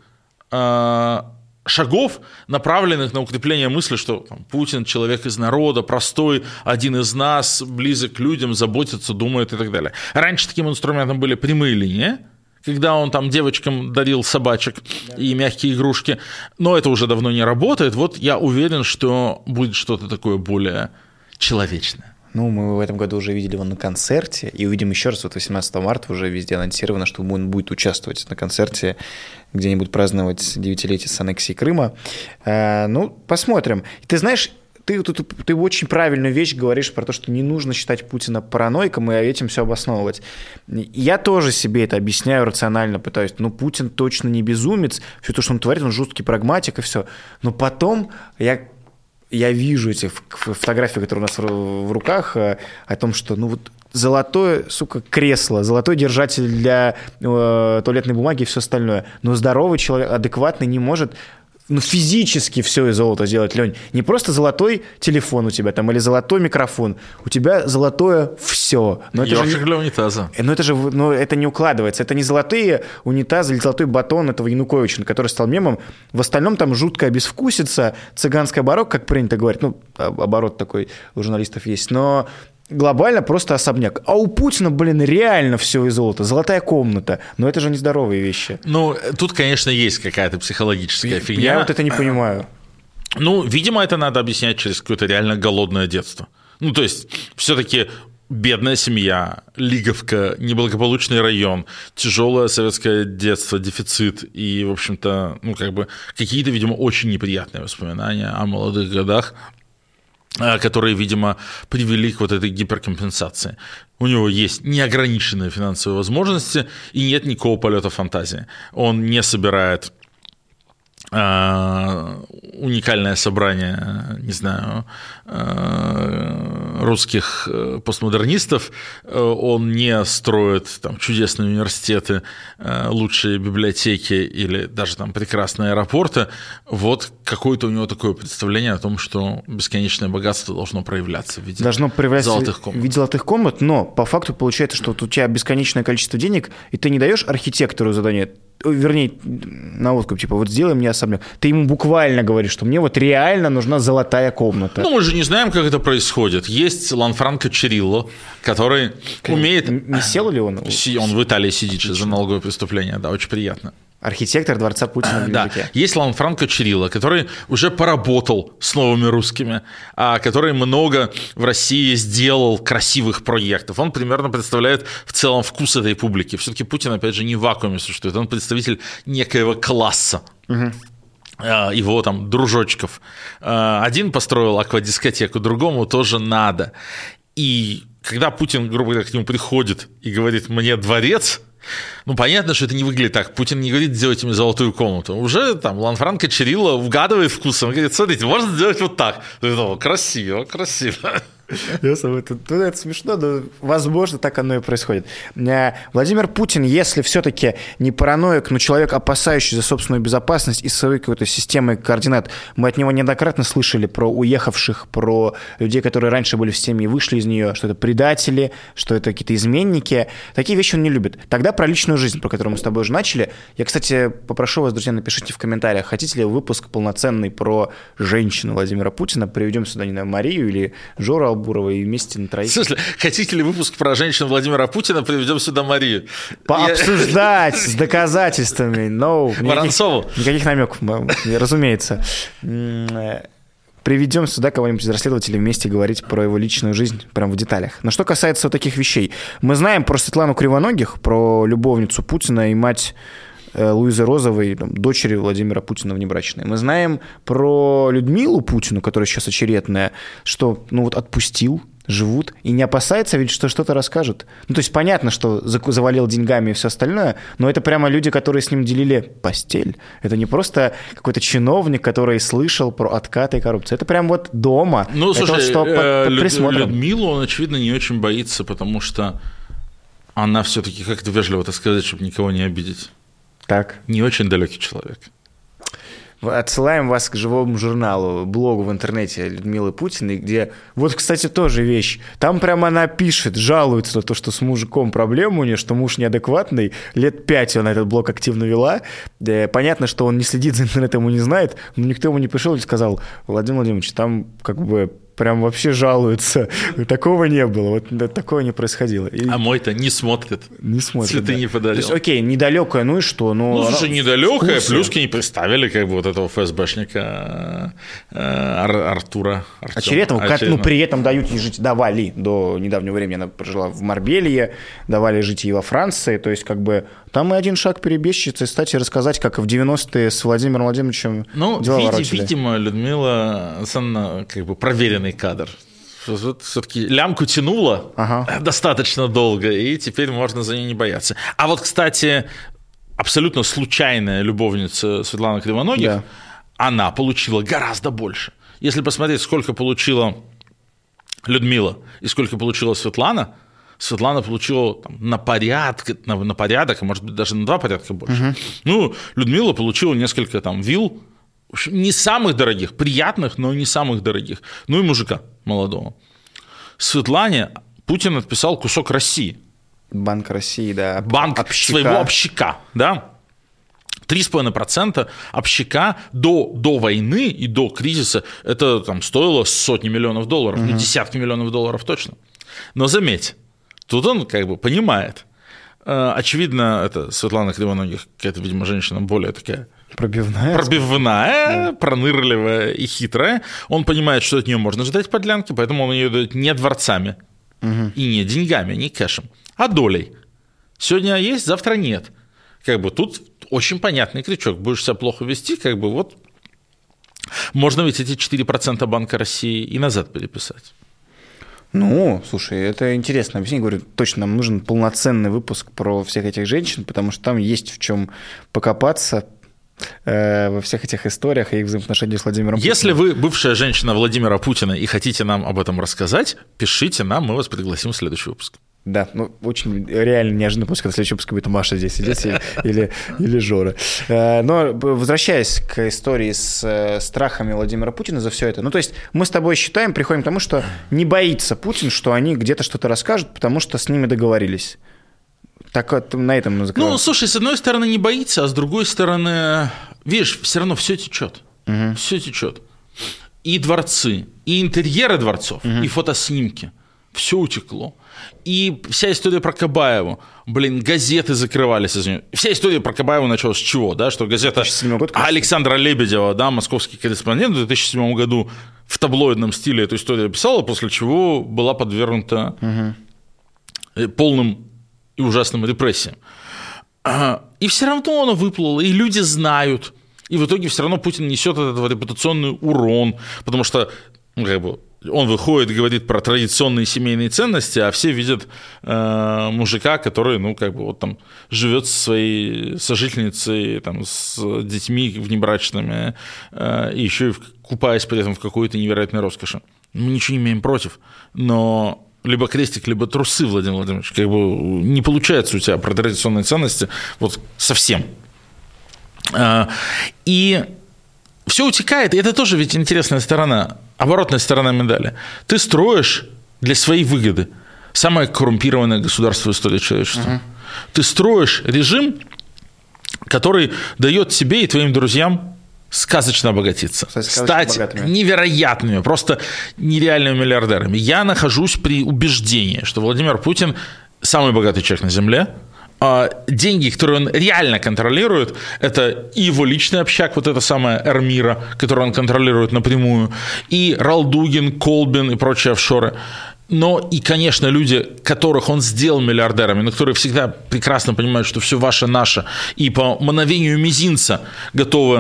Speaker 2: шагов, направленных на укрепление мысли, что там, Путин человек из народа, простой, один из нас, близок к людям, заботится, думает и так далее. Раньше таким инструментом были прямые линии, когда он там девочкам дарил собачек и мягкие игрушки, но это уже давно не работает. Вот я уверен, что будет что-то такое более человечное.
Speaker 1: Ну, мы в этом году уже видели его на концерте, и увидим еще раз, 18 марта уже везде анонсировано, что он будет участвовать на концерте, где они будут праздновать 9-летие с аннексией Крыма. Ну, посмотрим. Ты знаешь, ты очень правильную вещь говоришь про то, что не нужно считать Путина параноиком и этим все обосновывать. Я тоже себе это объясняю рационально, пытаюсь. Ну, Путин точно не безумец, все то, что он творит, он жесткий прагматик и все. Но потом я вижу эти фотографии, которые у нас в руках, о том, что, ну, вот золотое, сука, кресло, золотой держатель для туалетной бумаги и все остальное. Но здоровый человек, адекватный, не может... Ну, физически все из золота сделать, Лёнь. Не просто золотой телефон у тебя там или золотой микрофон. У тебя золотое все.
Speaker 2: Ёршик для унитаза.
Speaker 1: Но это не укладывается. Это не золотые унитазы или золотой батон этого Януковича, который стал мемом. В остальном там жуткая безвкусица, цыганская барокко, как принято говорить. Ну, оборот такой у журналистов есть. Но... глобально просто особняк. А у Путина, реально все из золота. Золотая комната. Но это же нездоровые вещи.
Speaker 2: Ну, тут, конечно, есть какая-то психологическая фигня.
Speaker 1: Я вот это не понимаю.
Speaker 2: Ну, видимо, это надо объяснять через какое-то реально голодное детство. Ну, то есть, все-таки бедная семья, Лиговка, неблагополучный район, тяжелое советское детство, дефицит и, в общем-то, ну, как бы какие-то, видимо, очень неприятные воспоминания о молодых годах, которые, видимо, привели к вот этой гиперкомпенсации. У него есть неограниченные финансовые возможности и нет никакого полета фантазии. Он не собирает уникальное собрание, не знаю, русских постмодернистов, он не строит там чудесные университеты, лучшие библиотеки или даже там прекрасные аэропорты. Вот какое-то у него такое представление о том, что бесконечное богатство должно проявляться в виде золотых комнат.
Speaker 1: В виде золотых комнат, но по факту получается, что вот у тебя бесконечное количество денег, и ты не даешь архитектору задание, вернее, на откуп, типа, вот сделай мне особняк. Ты ему буквально говоришь, что мне вот реально нужна золотая комната.
Speaker 2: Ну, мы же не знаем, как это происходит. Есть Ланфранко Чирилло, который умеет...
Speaker 1: Не сел ли он?
Speaker 2: Он в Италии сидит сейчас за налоговое преступление, да, очень приятно.
Speaker 1: Архитектор дворца Путина в Геленджике.
Speaker 2: Да, есть Ланфранко Чирилло, который уже поработал с новыми русскими, который много в России сделал красивых проектов. Он примерно представляет в целом вкус этой публики. Все-таки Путин, опять же, не в вакууме существует, он представитель некоего класса. Угу. Его там дружочков. Один построил аквадискотеку, другому тоже надо. И когда Путин, грубо говоря, к нему приходит и говорит: «Мне дворец», ну, понятно, что это не выглядит так. Путин не говорит: «Сделайте мне золотую комнату». Уже там Ланфранко Чирилло угадывает вкус. Он говорит: «Смотрите, можно сделать вот так». Красиво, красиво.
Speaker 1: Это смешно, но, возможно, так оно и происходит. Владимир Путин, если все-таки не параноик, но человек, опасающий за собственную безопасность и своей какой-то системой координат, мы от него неоднократно слышали про уехавших, про людей, которые раньше были в системе и вышли из нее, что это предатели, что это какие-то изменники. Такие вещи он не любит. Тогда про личную жизнь, про которую мы с тобой уже начали. Я, кстати, попрошу вас, друзья, напишите в комментариях, хотите ли выпуск полноценный про женщину Владимира Путина. Приведем сюда, не знаю, Марию или Жору Албурова и вместе на троих.
Speaker 2: Слушай, хотите ли выпуск про женщину Владимира Путина, приведем сюда Марию?
Speaker 1: Пообсуждать с доказательствами.
Speaker 2: Воронцову.
Speaker 1: Никаких намеков, разумеется. приведем сюда кого-нибудь из расследователей вместе говорить про его личную жизнь прям в деталях. Но что касается вот таких вещей, мы знаем про Светлану Кривоногих, про любовницу Путина и мать Луизы Розовой, дочери Владимира Путина внебрачной. Мы знаем про Людмилу Путину, которая сейчас очередная, что отпустил, живут, и не опасается ведь, что что-то расскажет. То есть понятно, что завалил деньгами и все остальное, но это прямо люди, которые с ним делили постель. Это не просто какой-то чиновник, который слышал про откаты и коррупцию. Это прям вот дома.
Speaker 2: Ну,
Speaker 1: это
Speaker 2: слушай,
Speaker 1: что под присмотром.
Speaker 2: Людмилу он, очевидно, не очень боится, потому что она все-таки, как это вежливо так сказать, чтобы никого не обидеть.
Speaker 1: Так.
Speaker 2: Не очень далекий человек.
Speaker 1: Отсылаем вас к живому журналу, блогу в интернете Людмилы Путиной, где, вот, кстати, тоже вещь, там прямо она пишет, жалуется на то, что с мужиком проблема у нее, что муж неадекватный, лет 5 она этот блог активно вела, понятно, что он не следит за интернетом и не знает, но никто ему не пришел и сказал: Владимир Владимирович, там как бы прям вообще жалуются. Такого не было, вот такого не происходило.
Speaker 2: А мой-то не смотрит.
Speaker 1: Не смотрит,
Speaker 2: цветы
Speaker 1: да.
Speaker 2: не подарил.
Speaker 1: То есть, окей, недалекая, ну и что?
Speaker 2: Слушай, недалекая, плюс к ней представили как бы вот этого ФСБшника Артура.
Speaker 1: Очеретова, при этом давали до недавнего времени, она прожила в Марбелье, давали жить ей во Франции, то есть как бы там и один шаг перебежчицы, кстати, рассказать, как в 90-е с Владимиром Владимировичем дела ворочали.
Speaker 2: Видимо, Людмила как бы проверенный кадр. Все-таки лямку тянула достаточно долго, и теперь можно за ней не бояться. А вот, кстати, абсолютно случайная любовница Светланы Кривоногих, она получила гораздо больше. Если посмотреть, сколько получила Людмила и сколько получила Светлана получила на порядок, а может быть даже на 2 порядка больше. Людмила получила несколько вилл, не самых дорогих, приятных, но не самых дорогих. И мужика молодого. Светлане Путин отписал кусок России.
Speaker 1: Банк России, да.
Speaker 2: Банк своего общака, да. 3,5% общака до войны и до кризиса это стоило сотни миллионов долларов, десятки миллионов долларов точно. Но заметь, тут он как бы понимает. Очевидно, это Светлана Кривоногих, какая-то, видимо, женщина более такая пробивная, пронырливая и хитрая. Он понимает, что от нее можно ждать подлянки, поэтому он ее дает не дворцами и не деньгами, не кэшем, а долей. Сегодня есть, завтра нет. Как бы тут очень понятный крючок. Будешь себя плохо вести, как бы вот можно ведь эти 4% Банка России и назад переписать.
Speaker 1: Слушай, это интересно объяснение. Говорю, точно, нам нужен полноценный выпуск про всех этих женщин, потому что там есть в чем покопаться во всех этих историях и их взаимоотношениях с Владимиром Путиным.
Speaker 2: Если вы бывшая женщина Владимира Путина и хотите нам об этом рассказать, пишите нам, мы вас пригласим в следующий выпуск.
Speaker 1: Да, очень реально неожиданно, пусть когда следующий выпуск будет Маша здесь сидеть или Жора. Но возвращаясь к истории с страхами Владимира Путина за все это, то есть мы с тобой приходим к тому, что не боится Путин, что они где-то что-то расскажут, потому что с ними договорились. Так вот, на этом мы закрываем.
Speaker 2: Слушай, с одной стороны не боится, а с другой стороны, видишь, все равно все течет. Все течет. И дворцы, и интерьеры дворцов, и фотоснимки. Все утекло. И вся история про Кабаеву. Газеты закрывались из нее. Вся история про Кабаеву началась с чего? Да, что газета Александра Лебедева, да, московский корреспондент, в 2007 году в таблоидном стиле эту историю писала, после чего была подвергнута полным и ужасным репрессиям. И все равно она выплыла, и люди знают. И в итоге все равно Путин несет от этого репутационный урон, потому что он выходит и говорит про традиционные семейные ценности, а все видят мужика, который, живет со своей сожительницей, с детьми внебрачными, и еще и купаясь при этом в какой-то невероятной роскоши. Мы ничего не имеем против, но либо крестик, либо трусы, Владимир Владимирович, не получается у тебя про традиционные ценности совсем. И все утекает, и это тоже ведь интересная сторона, оборотная сторона медали. Ты строишь для своей выгоды самое коррумпированное государство в истории человечества. Ты строишь режим, который дает тебе и твоим друзьям сказочно обогатиться, стать невероятными, просто нереальными миллиардерами. Я нахожусь при убеждении, что Владимир Путин самый богатый человек на Земле, деньги, которые он реально контролирует, это и его личный общак, вот это самое Эрмира, который он контролирует напрямую, и Ралдугин, Колбин и прочие офшоры. Но и, конечно, люди, которых он сделал миллиардерами, но которые всегда прекрасно понимают, что все ваше, наше, и по мановению мизинца готовы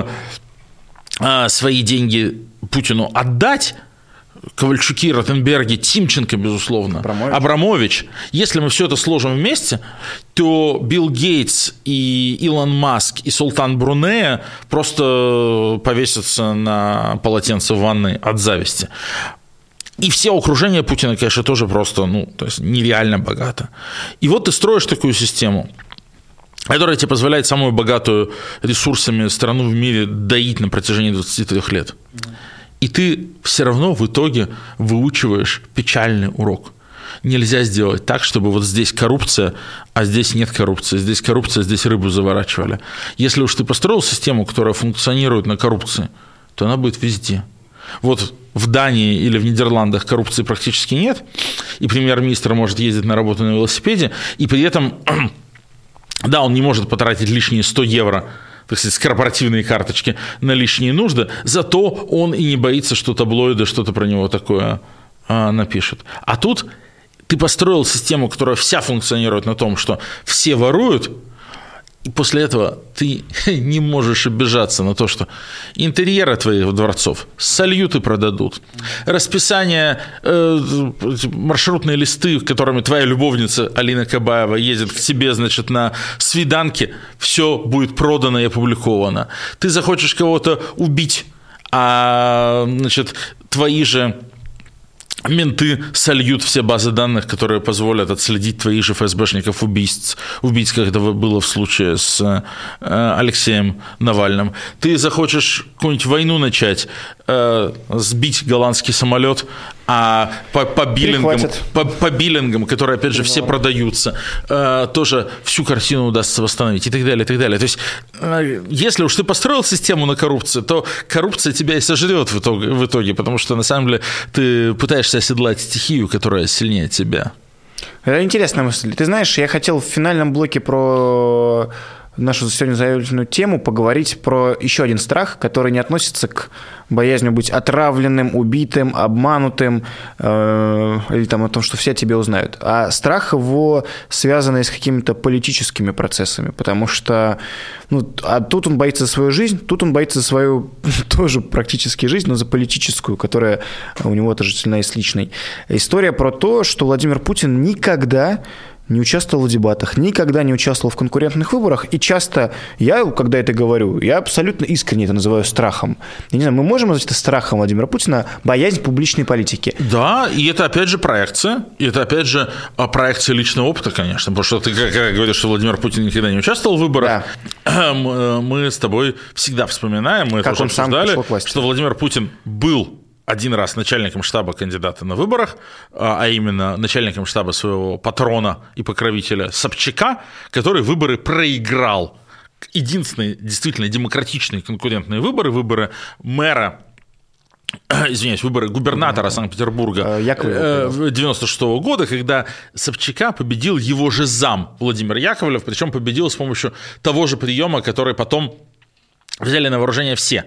Speaker 2: свои деньги Путину отдать, Ковальчуки, Ротенберги, Тимченко, безусловно, Абрамович. Если мы все это сложим вместе, то Билл Гейтс и Илон Маск и Султан Брунея просто повесятся на полотенце в ванной от зависти. И все окружение Путина, конечно, тоже просто, то есть нереально богато. И вот ты строишь такую систему, которая тебе позволяет самую богатую ресурсами страну в мире доить на протяжении 23 лет. И ты все равно в итоге выучиваешь печальный урок. Нельзя сделать так, чтобы вот здесь коррупция, а здесь нет коррупции. Здесь коррупция, здесь рыбу заворачивали. Если уж ты построил систему, которая функционирует на коррупции, то она будет везде. Вот в Дании или в Нидерландах коррупции практически нет, и премьер-министр может ездить на работу на велосипеде, и при этом, да, он не может потратить лишние 100 евро, так сказать, с корпоративные карточки на лишние нужды, зато он и не боится, что таблоиды что-то про него такое напишут. А тут ты построил систему, которая вся функционирует на том, что все воруют, и после этого ты не можешь обижаться на то, что интерьеры твоих дворцов сольют и продадут. Расписание, маршрутные листы, которыми твоя любовница Алина Кабаева ездит к тебе, значит, на свиданки, все будет продано и опубликовано. Ты захочешь кого-то убить, а, значит, твои же менты сольют все базы данных, которые позволят отследить твоих же ФСБшников-убийц, как это было в случае с Алексеем Навальным. Ты захочешь какую-нибудь войну начать, сбить голландский самолет, а по биллингам, которые, опять же, все продаются, тоже всю картину удастся восстановить и так далее, и так далее. То есть, если уж ты построил систему на коррупцию, то коррупция тебя и сожрет в итоге, потому что, на самом деле, ты пытаешься оседлать стихию, которая сильнее тебя.
Speaker 1: Это интересная мысль. Ты знаешь, я хотел в финальном блоке про нашу сегодня заявленную тему поговорить про еще один страх, который не относится к боязни быть отравленным, убитым, обманутым, или там о том, что все о тебе узнают, а страх его связанный с какими-то политическими процессами, потому что а тут он боится за свою жизнь, тут он боится за свою тоже практически жизнь, но за политическую, которая у него отождествлена и с личной. История про то, что Владимир Путин никогда не участвовал в дебатах, никогда не участвовал в конкурентных выборах, и часто я, когда это говорю, я абсолютно искренне это называю страхом. Я не знаю, мы можем назвать это страхом Владимира Путина, боязнь публичной политики.
Speaker 2: Да, и это опять же проекция, проекция личного опыта, конечно, потому что ты когда говоришь, что Владимир Путин никогда не участвовал в выборах, да. Мы с тобой всегда вспоминаем, мы
Speaker 1: как
Speaker 2: тоже обсуждали, что Владимир Путин был один раз начальником штаба кандидата на выборах, а именно начальником штаба своего патрона и покровителя Собчака, который выборы проиграл. Единственные действительно демократичные конкурентные выборы мэра, выборы губернатора Санкт-Петербурга 1996 года, когда Собчака победил его же зам Владимир Яковлев, причем победил с помощью того же приема, который потом взяли на вооружение все.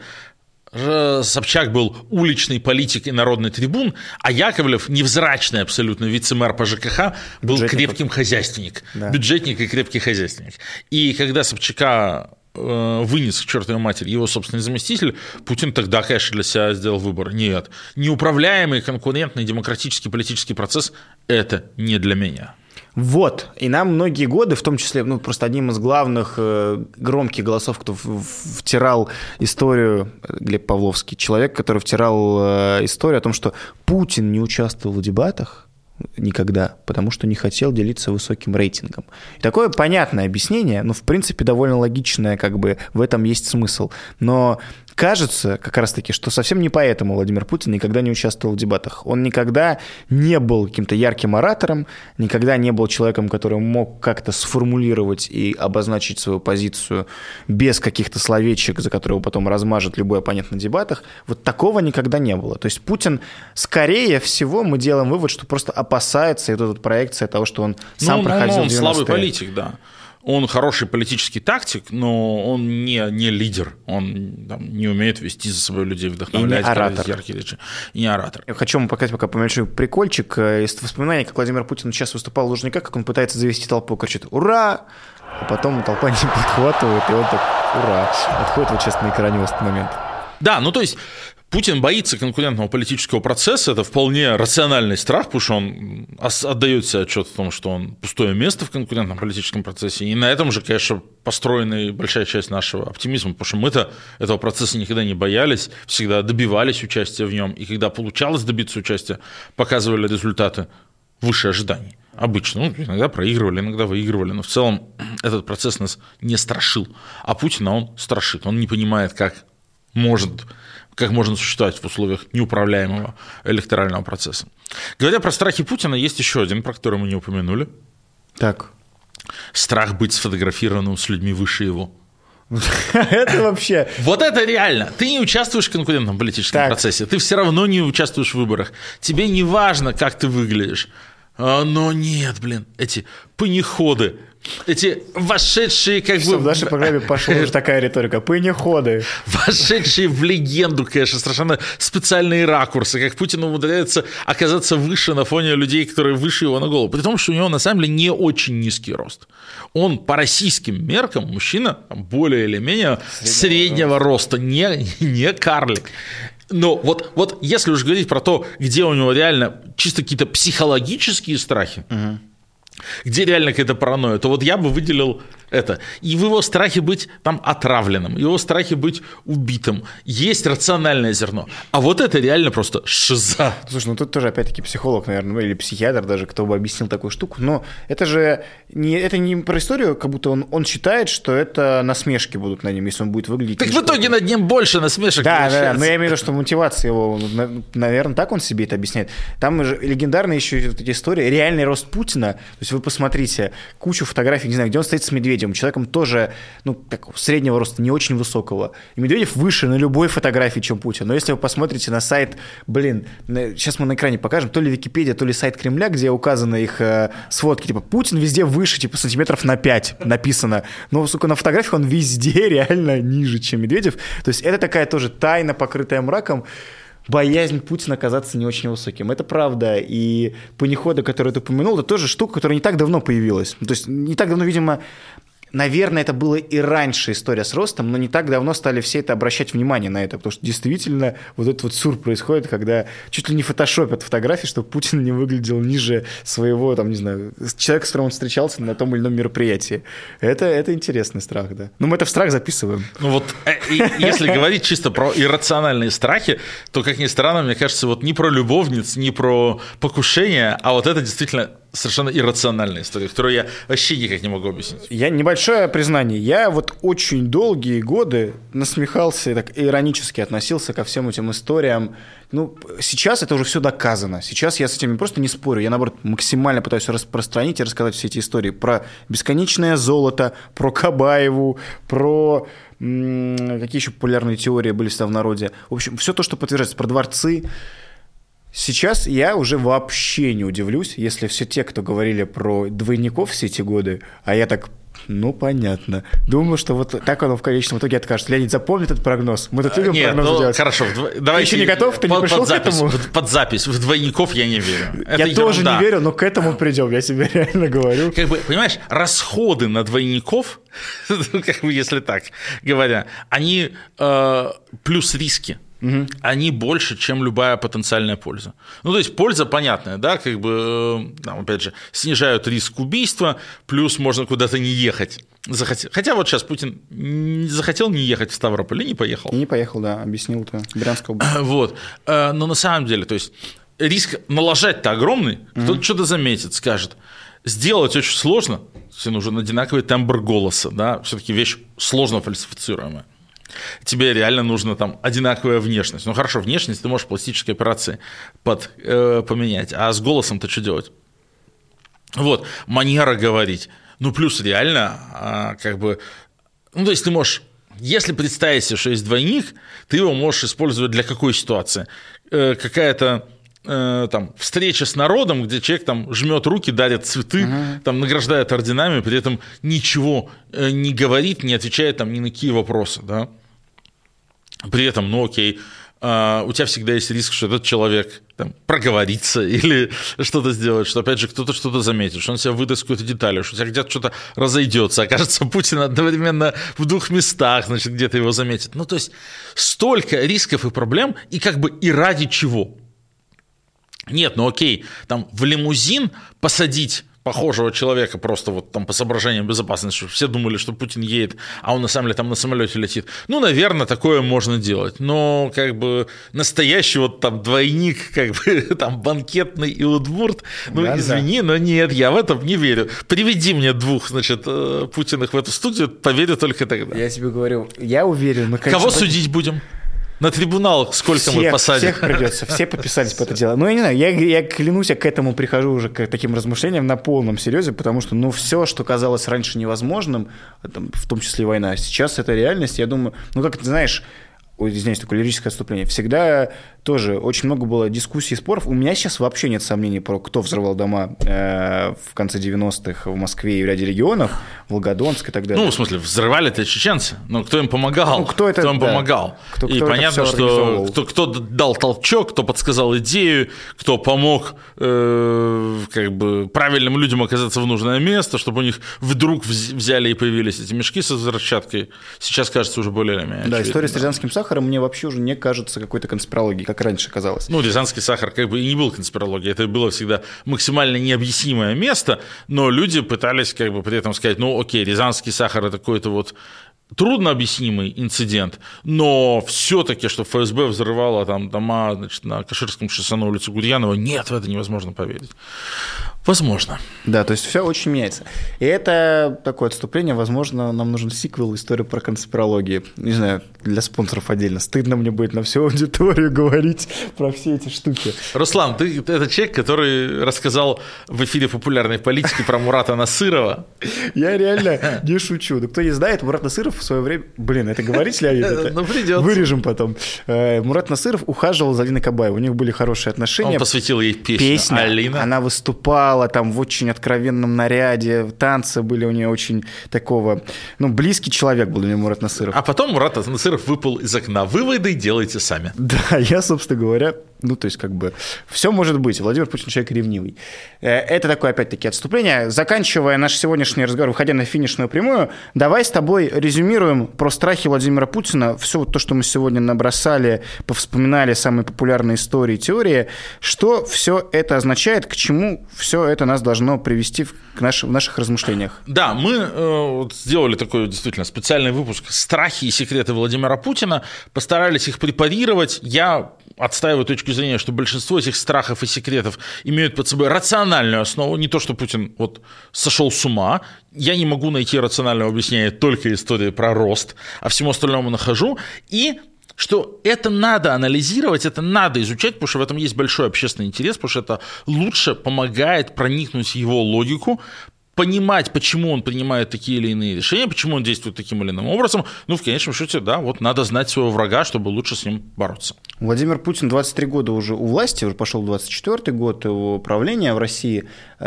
Speaker 2: Собчак был уличный политик и народный трибун, а Яковлев, невзрачный абсолютно вице-мэр по ЖКХ, был крепким хозяйственник, да. Бюджетник и крепкий хозяйственник. И когда Собчака вынес к чертовой матери его собственный заместитель, Путин тогда, конечно, для себя сделал выбор. Нет, неуправляемый конкурентный демократический политический процесс – это не для меня.
Speaker 1: Вот, и нам многие годы, в том числе, просто одним из главных громких голосов, кто втирал историю, Глеб Павловский, человек, который втирал историю о том, что Путин не участвовал в дебатах никогда, потому что не хотел делиться высоким рейтингом. И такое понятное объяснение, в принципе, довольно логичное, в этом есть смысл. Но кажется, как раз-таки, что совсем не поэтому Владимир Путин никогда не участвовал в дебатах. Он никогда не был каким-то ярким оратором, никогда не был человеком, который мог как-то сформулировать и обозначить свою позицию без каких-то словечек, за которые его потом размажет любой оппонент на дебатах. Вот такого никогда не было. То есть Путин, скорее всего, мы делаем вывод, что просто опасается, и тут проекция того, что он сам проходил 90-е.
Speaker 2: Он слабый политик, да. он хороший политический тактик, но он не лидер, он там, не умеет вести за собой людей, вдохновлять.
Speaker 1: И не оратор.
Speaker 2: Яркие речи. И не оратор.
Speaker 1: Я хочу вам показать пока небольшой прикольчик из воспоминаний, как Владимир Путин сейчас выступал в Лужниках, как он пытается завести толпу, кричит «Ура!», а потом толпа не подхватывает, и он так «Ура!», отходит вот сейчас на экране в этот момент.
Speaker 2: Да, ну то есть Путин боится конкурентного политического процесса, это вполне рациональный страх, потому что он отдает себе отчет в том, что он пустое место в конкурентном политическом процессе, и на этом же, конечно, построена большая часть нашего оптимизма, потому что мы-то этого процесса никогда не боялись, всегда добивались участия в нем, и когда получалось добиться участия, показывали результаты выше ожиданий. Обычно, иногда проигрывали, иногда выигрывали, но в целом этот процесс нас не страшил, а Путина он страшит, он не понимает, как можно существовать в условиях неуправляемого электорального процесса. Говоря про страхи Путина, есть еще один, про который мы не упомянули.
Speaker 1: Так.
Speaker 2: Страх быть сфотографированным с людьми выше его.
Speaker 1: Это вообще...
Speaker 2: Вот это реально. Ты не участвуешь в конкурентном политическом процессе, ты все равно не участвуешь в выборах. Тебе не важно, как ты выглядишь. Но нет, эти панеходы, эти вошедшие как бы...
Speaker 1: В нашей программе пошла уже такая риторика. Панеходы.
Speaker 2: Вошедшие в легенду, конечно, совершенно специальные ракурсы, как Путин умудряется оказаться выше на фоне людей, которые выше его на голову. При том, что у него на самом деле не очень низкий рост. Он по российским меркам мужчина более или менее среднего роста, не карлик. Но вот если уж говорить про то, где у него реально чисто какие-то психологические страхи, где реально какая-то паранойя, то вот я бы выделил это. И в его страхе быть там отравленным, в его страхе быть убитым есть рациональное зерно. А вот это реально просто шиза.
Speaker 1: Слушай, тут тоже опять-таки психолог, наверное, или психиатр даже, кто бы объяснил такую штуку. Но это же не про историю, как будто он считает, что это насмешки будут над ним, если он будет выглядеть...
Speaker 2: Так в итоге над ним больше насмешек получается.
Speaker 1: Да, но я имею в виду, что мотивация его, наверное, так он себе это объясняет. Там же легендарные еще эти истории, реальный рост Путина. То есть вы посмотрите, кучу фотографий, не знаю, где он стоит с Медведевым, человеком тоже, среднего роста, не очень высокого. И Медведев выше на любой фотографии, чем Путин. Но если вы посмотрите на сайт, сейчас мы на экране покажем, то ли Википедия, то ли сайт Кремля, где указаны их сводки, типа Путин везде выше, типа сантиметров на 5 написано. Но, на фотографиях он везде реально ниже, чем Медведев. То есть это такая тоже тайна, покрытая мраком. Боязнь Путина оказаться не очень высоким. Это правда. И панеходы, которые ты упомянул, это тоже штука, которая не так давно появилась. То есть не так давно, видимо, наверное, это было и раньше история с ростом, но не так давно стали все это обращать внимание на это, потому что действительно вот этот вот сюр происходит, когда чуть ли не фотошопят фотографии, чтобы Путин не выглядел ниже своего, человека, с которым он встречался на том или ином мероприятии. Это интересный страх, да. Но мы это в страх записываем.
Speaker 2: Если говорить чисто про иррациональные страхи, то, как ни странно, мне кажется, вот не про любовниц, не про покушение, а вот это действительно совершенно иррациональная история, которую я вообще никак не могу объяснить.
Speaker 1: Небольшое признание. Я вот очень долгие годы насмехался и так иронически относился ко всем этим историям. Сейчас это уже все доказано. Сейчас я с этим просто не спорю. Я, наоборот, максимально пытаюсь распространить и рассказать все эти истории про бесконечное золото, про Кабаеву, про... Какие еще популярные теории были всегда в народе? В общем, все то, что подтверждается, про дворцы. Сейчас я уже вообще не удивлюсь, если все те, кто говорили про двойников все эти годы, а я так, понятно. Думаю, что вот так оно в конечном итоге откажется. Леонид, запомни этот прогноз. Мы тут любим прогнозы делать.
Speaker 2: Хорошо.
Speaker 1: Ты еще не готов? Ты не пришел к этому?
Speaker 2: Под запись. В двойников я не верю.
Speaker 1: Я тоже не верю, но к этому придем. Я тебе реально говорю.
Speaker 2: Понимаешь, расходы на двойников, если так говоря, они плюс риски. Они больше, чем любая потенциальная польза. То есть польза понятная, да, опять же, снижают риск убийства, плюс можно куда-то не ехать. Хотя вот сейчас Путин захотел не ехать в Ставрополь и не поехал.
Speaker 1: И не поехал, да, объяснил это Брянская область.
Speaker 2: Вот, но на самом деле, то есть риск налажать-то огромный, кто-то что-то заметит, скажет. Сделать очень сложно, если нужен одинаковый тембр голоса, да, все-таки вещь сложно фальсифицируемая. Тебе реально нужно одинаковая внешность. Хорошо, внешность ты можешь пластической операцией поменять, а с голосом-то что делать? Вот, манера говорить. Плюс реально, то есть ты можешь, если представить себе, что есть двойник, ты его можешь использовать для какой ситуации? Какая-то там, встреча с народом, где человек там жмет руки, дарит цветы, там, награждает орденами, при этом ничего не говорит, не отвечает там, ни на какие вопросы. Да? При этом, ну окей, у тебя всегда есть риск, что этот человек там, проговорится или что-то сделает, что опять же кто-то что-то заметит, что он себя выдаст какой-то деталью, что у тебя где-то что-то разойдется, окажется Путин одновременно в 2 местах, значит, где-то его заметит. Ну, то есть столько рисков и проблем, и как бы и ради чего? Нет, ну окей, там в лимузин посадить похожего человека просто вот там по соображениям безопасности, чтобы все думали, что Путин едет, а он на самом деле там на самолете летит. Ну, наверное, такое можно делать. Но как бы настоящий вот там двойник, как бы там банкетный Илудмурт, ну, да, извини, но нет, я в этом не верю. Приведи мне 2, значит, Путиных в эту студию, поверю только тогда.
Speaker 1: Я тебе говорю, я уверен. Мы,
Speaker 2: конечно, кого судить будем? На трибунал сколько мы посадим?
Speaker 1: Всех придется, все подписались по это дело. Ну, я не знаю, я клянусь, я к этому прихожу уже к таким размышлениям на полном серьезе, потому что, ну, все, что казалось раньше невозможным, в том числе и война, сейчас это реальность. Я думаю, ну, как ты знаешь, извиняюсь, такое лирическое отступление, всегда тоже очень много было дискуссий и споров. У меня сейчас вообще нет сомнений про кто взрывал дома в конце 90-х в Москве и в ряде регионов, Волгодонск и так далее.
Speaker 2: Ну, в смысле, взрывали-то чеченцы, но кто им помогал? Ну, кто им помогал? И понятно, что кто дал толчок, кто подсказал идею, кто помог как бы правильным людям оказаться в нужное место, чтобы у них вдруг взяли и появились эти мешки со взрывчаткой. Сейчас кажется уже более или менее.
Speaker 1: Да, история с рязанским сахаром мне вообще уже не кажется какой-то конспирологией, как раньше казалось.
Speaker 2: Ну, рязанский сахар как бы и не был конспирологией, это было всегда максимально необъяснимое место, но люди пытались как бы при этом сказать, ну, окей, рязанский сахар – это какой-то вот трудно объяснимый инцидент, но все-таки, что ФСБ взрывало там дома, значит, на Каширском шоссе на улице Гурьянова, нет, в это невозможно поверить. Возможно.
Speaker 1: Да, то есть все очень меняется. И это такое отступление, возможно, нам нужен сиквел «История про конспирологию». Не знаю, для спонсоров отдельно. Стыдно мне будет на всю аудиторию говорить про все эти штуки.
Speaker 2: Руслан, ты это человек, который рассказал в эфире популярной политики про Мурата Насырова.
Speaker 1: Я реально не шучу. Кто не знает, Мурат Насыров в свое время... Блин, это говорить, Леонид?
Speaker 2: Ну, придется.
Speaker 1: Вырежем потом. Мурат Насыров ухаживал за Алиной Кабаевой. У них были хорошие отношения.
Speaker 2: Он посвятил ей песню «Алина».
Speaker 1: Она выступала там в очень откровенном наряде, танцы были у нее очень такого... Ну, близкий человек был для меня Мурат Насыров.
Speaker 2: А потом Мурат Насыров выпал из окна. Выводы делайте сами.
Speaker 1: Да, я, собственно говоря... Ну, то есть, как бы, все может быть. Владимир Путин человек ревнивый. Это такое, опять-таки, отступление. Заканчивая наш сегодняшний разговор, выходя на финишную прямую, давай с тобой резюмируем про страхи Владимира Путина. Все вот то, что мы сегодня набросали, повспоминали самые популярные истории, теории. Что все это означает, к чему все это нас должно привести в наших размышлениях?
Speaker 2: Да, мы сделали такой действительно специальный выпуск «Страхи и секреты Владимира Путина». Постарались их препарировать. Я отстаиваю точку зрения, что большинство этих страхов и секретов имеют под собой рациональную основу, не то, что Путин вот сошел с ума. Я не могу найти рационального объяснения только истории про рост, а всему остальному нахожу. И что это надо анализировать, это надо изучать, потому что в этом есть большой общественный интерес, потому что это лучше помогает проникнуть в его логику, понимать, почему он принимает такие или иные решения, почему он действует таким или иным образом. Ну, в конечном счете, да, вот надо знать своего врага, чтобы лучше с ним бороться.
Speaker 1: Владимир Путин 23 года уже у власти, уже пошел 24-й год его правления в России,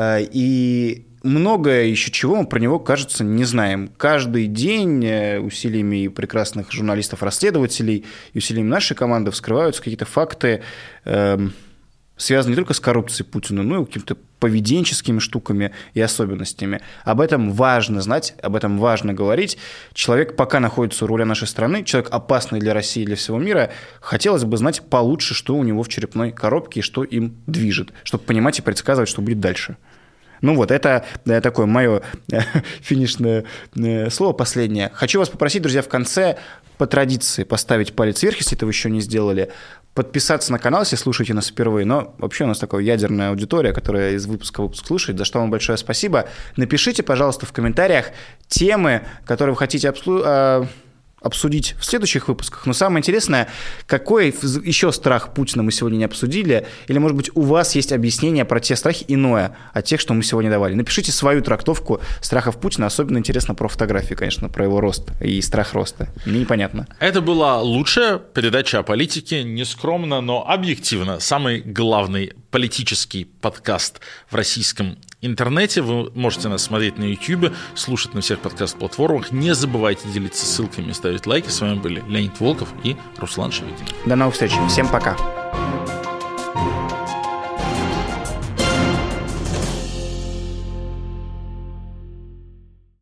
Speaker 1: и многое еще чего мы про него, кажется, не знаем. Каждый день усилиями прекрасных журналистов-расследователей и усилиями нашей команды вскрываются какие-то факты, связанные не только с коррупцией Путина, но и какими-то поведенческими штуками и особенностями. Об этом важно знать, об этом важно говорить. Человек пока находится у руля нашей страны, человек опасный для России и для всего мира. Хотелось бы знать получше, что у него в черепной коробке и что им движет, чтобы понимать и предсказывать, что будет дальше. Ну вот, это такое мое финишное слово последнее. Хочу вас попросить, друзья, в конце по традиции поставить палец вверх, если это вы еще не сделали, подписаться на канал, если слушаете нас впервые, но вообще у нас такая ядерная аудитория, которая из выпуска в выпуск слушает, за что вам большое спасибо. Напишите, пожалуйста, в комментариях темы, которые вы хотите обсудить в следующих выпусках. Но самое интересное, какой еще страх Путина мы сегодня не обсудили, или, может быть, у вас есть объяснение про те страхи иное от тех, что мы сегодня давали. Напишите свою трактовку страхов Путина. Особенно интересно про фотографии, конечно, про его рост и страх роста. Мне непонятно.
Speaker 2: Это была лучшая передача о политике, не скромно, но объективно. Самый главный политический подкаст в российском интернете. Вы можете нас смотреть на YouTube, слушать на всех подкаст-платформах. Не забывайте делиться ссылками и ставить лайки. С вами были Леонид Волков и Руслан Шеведин.
Speaker 1: До новых встреч. Всем пока.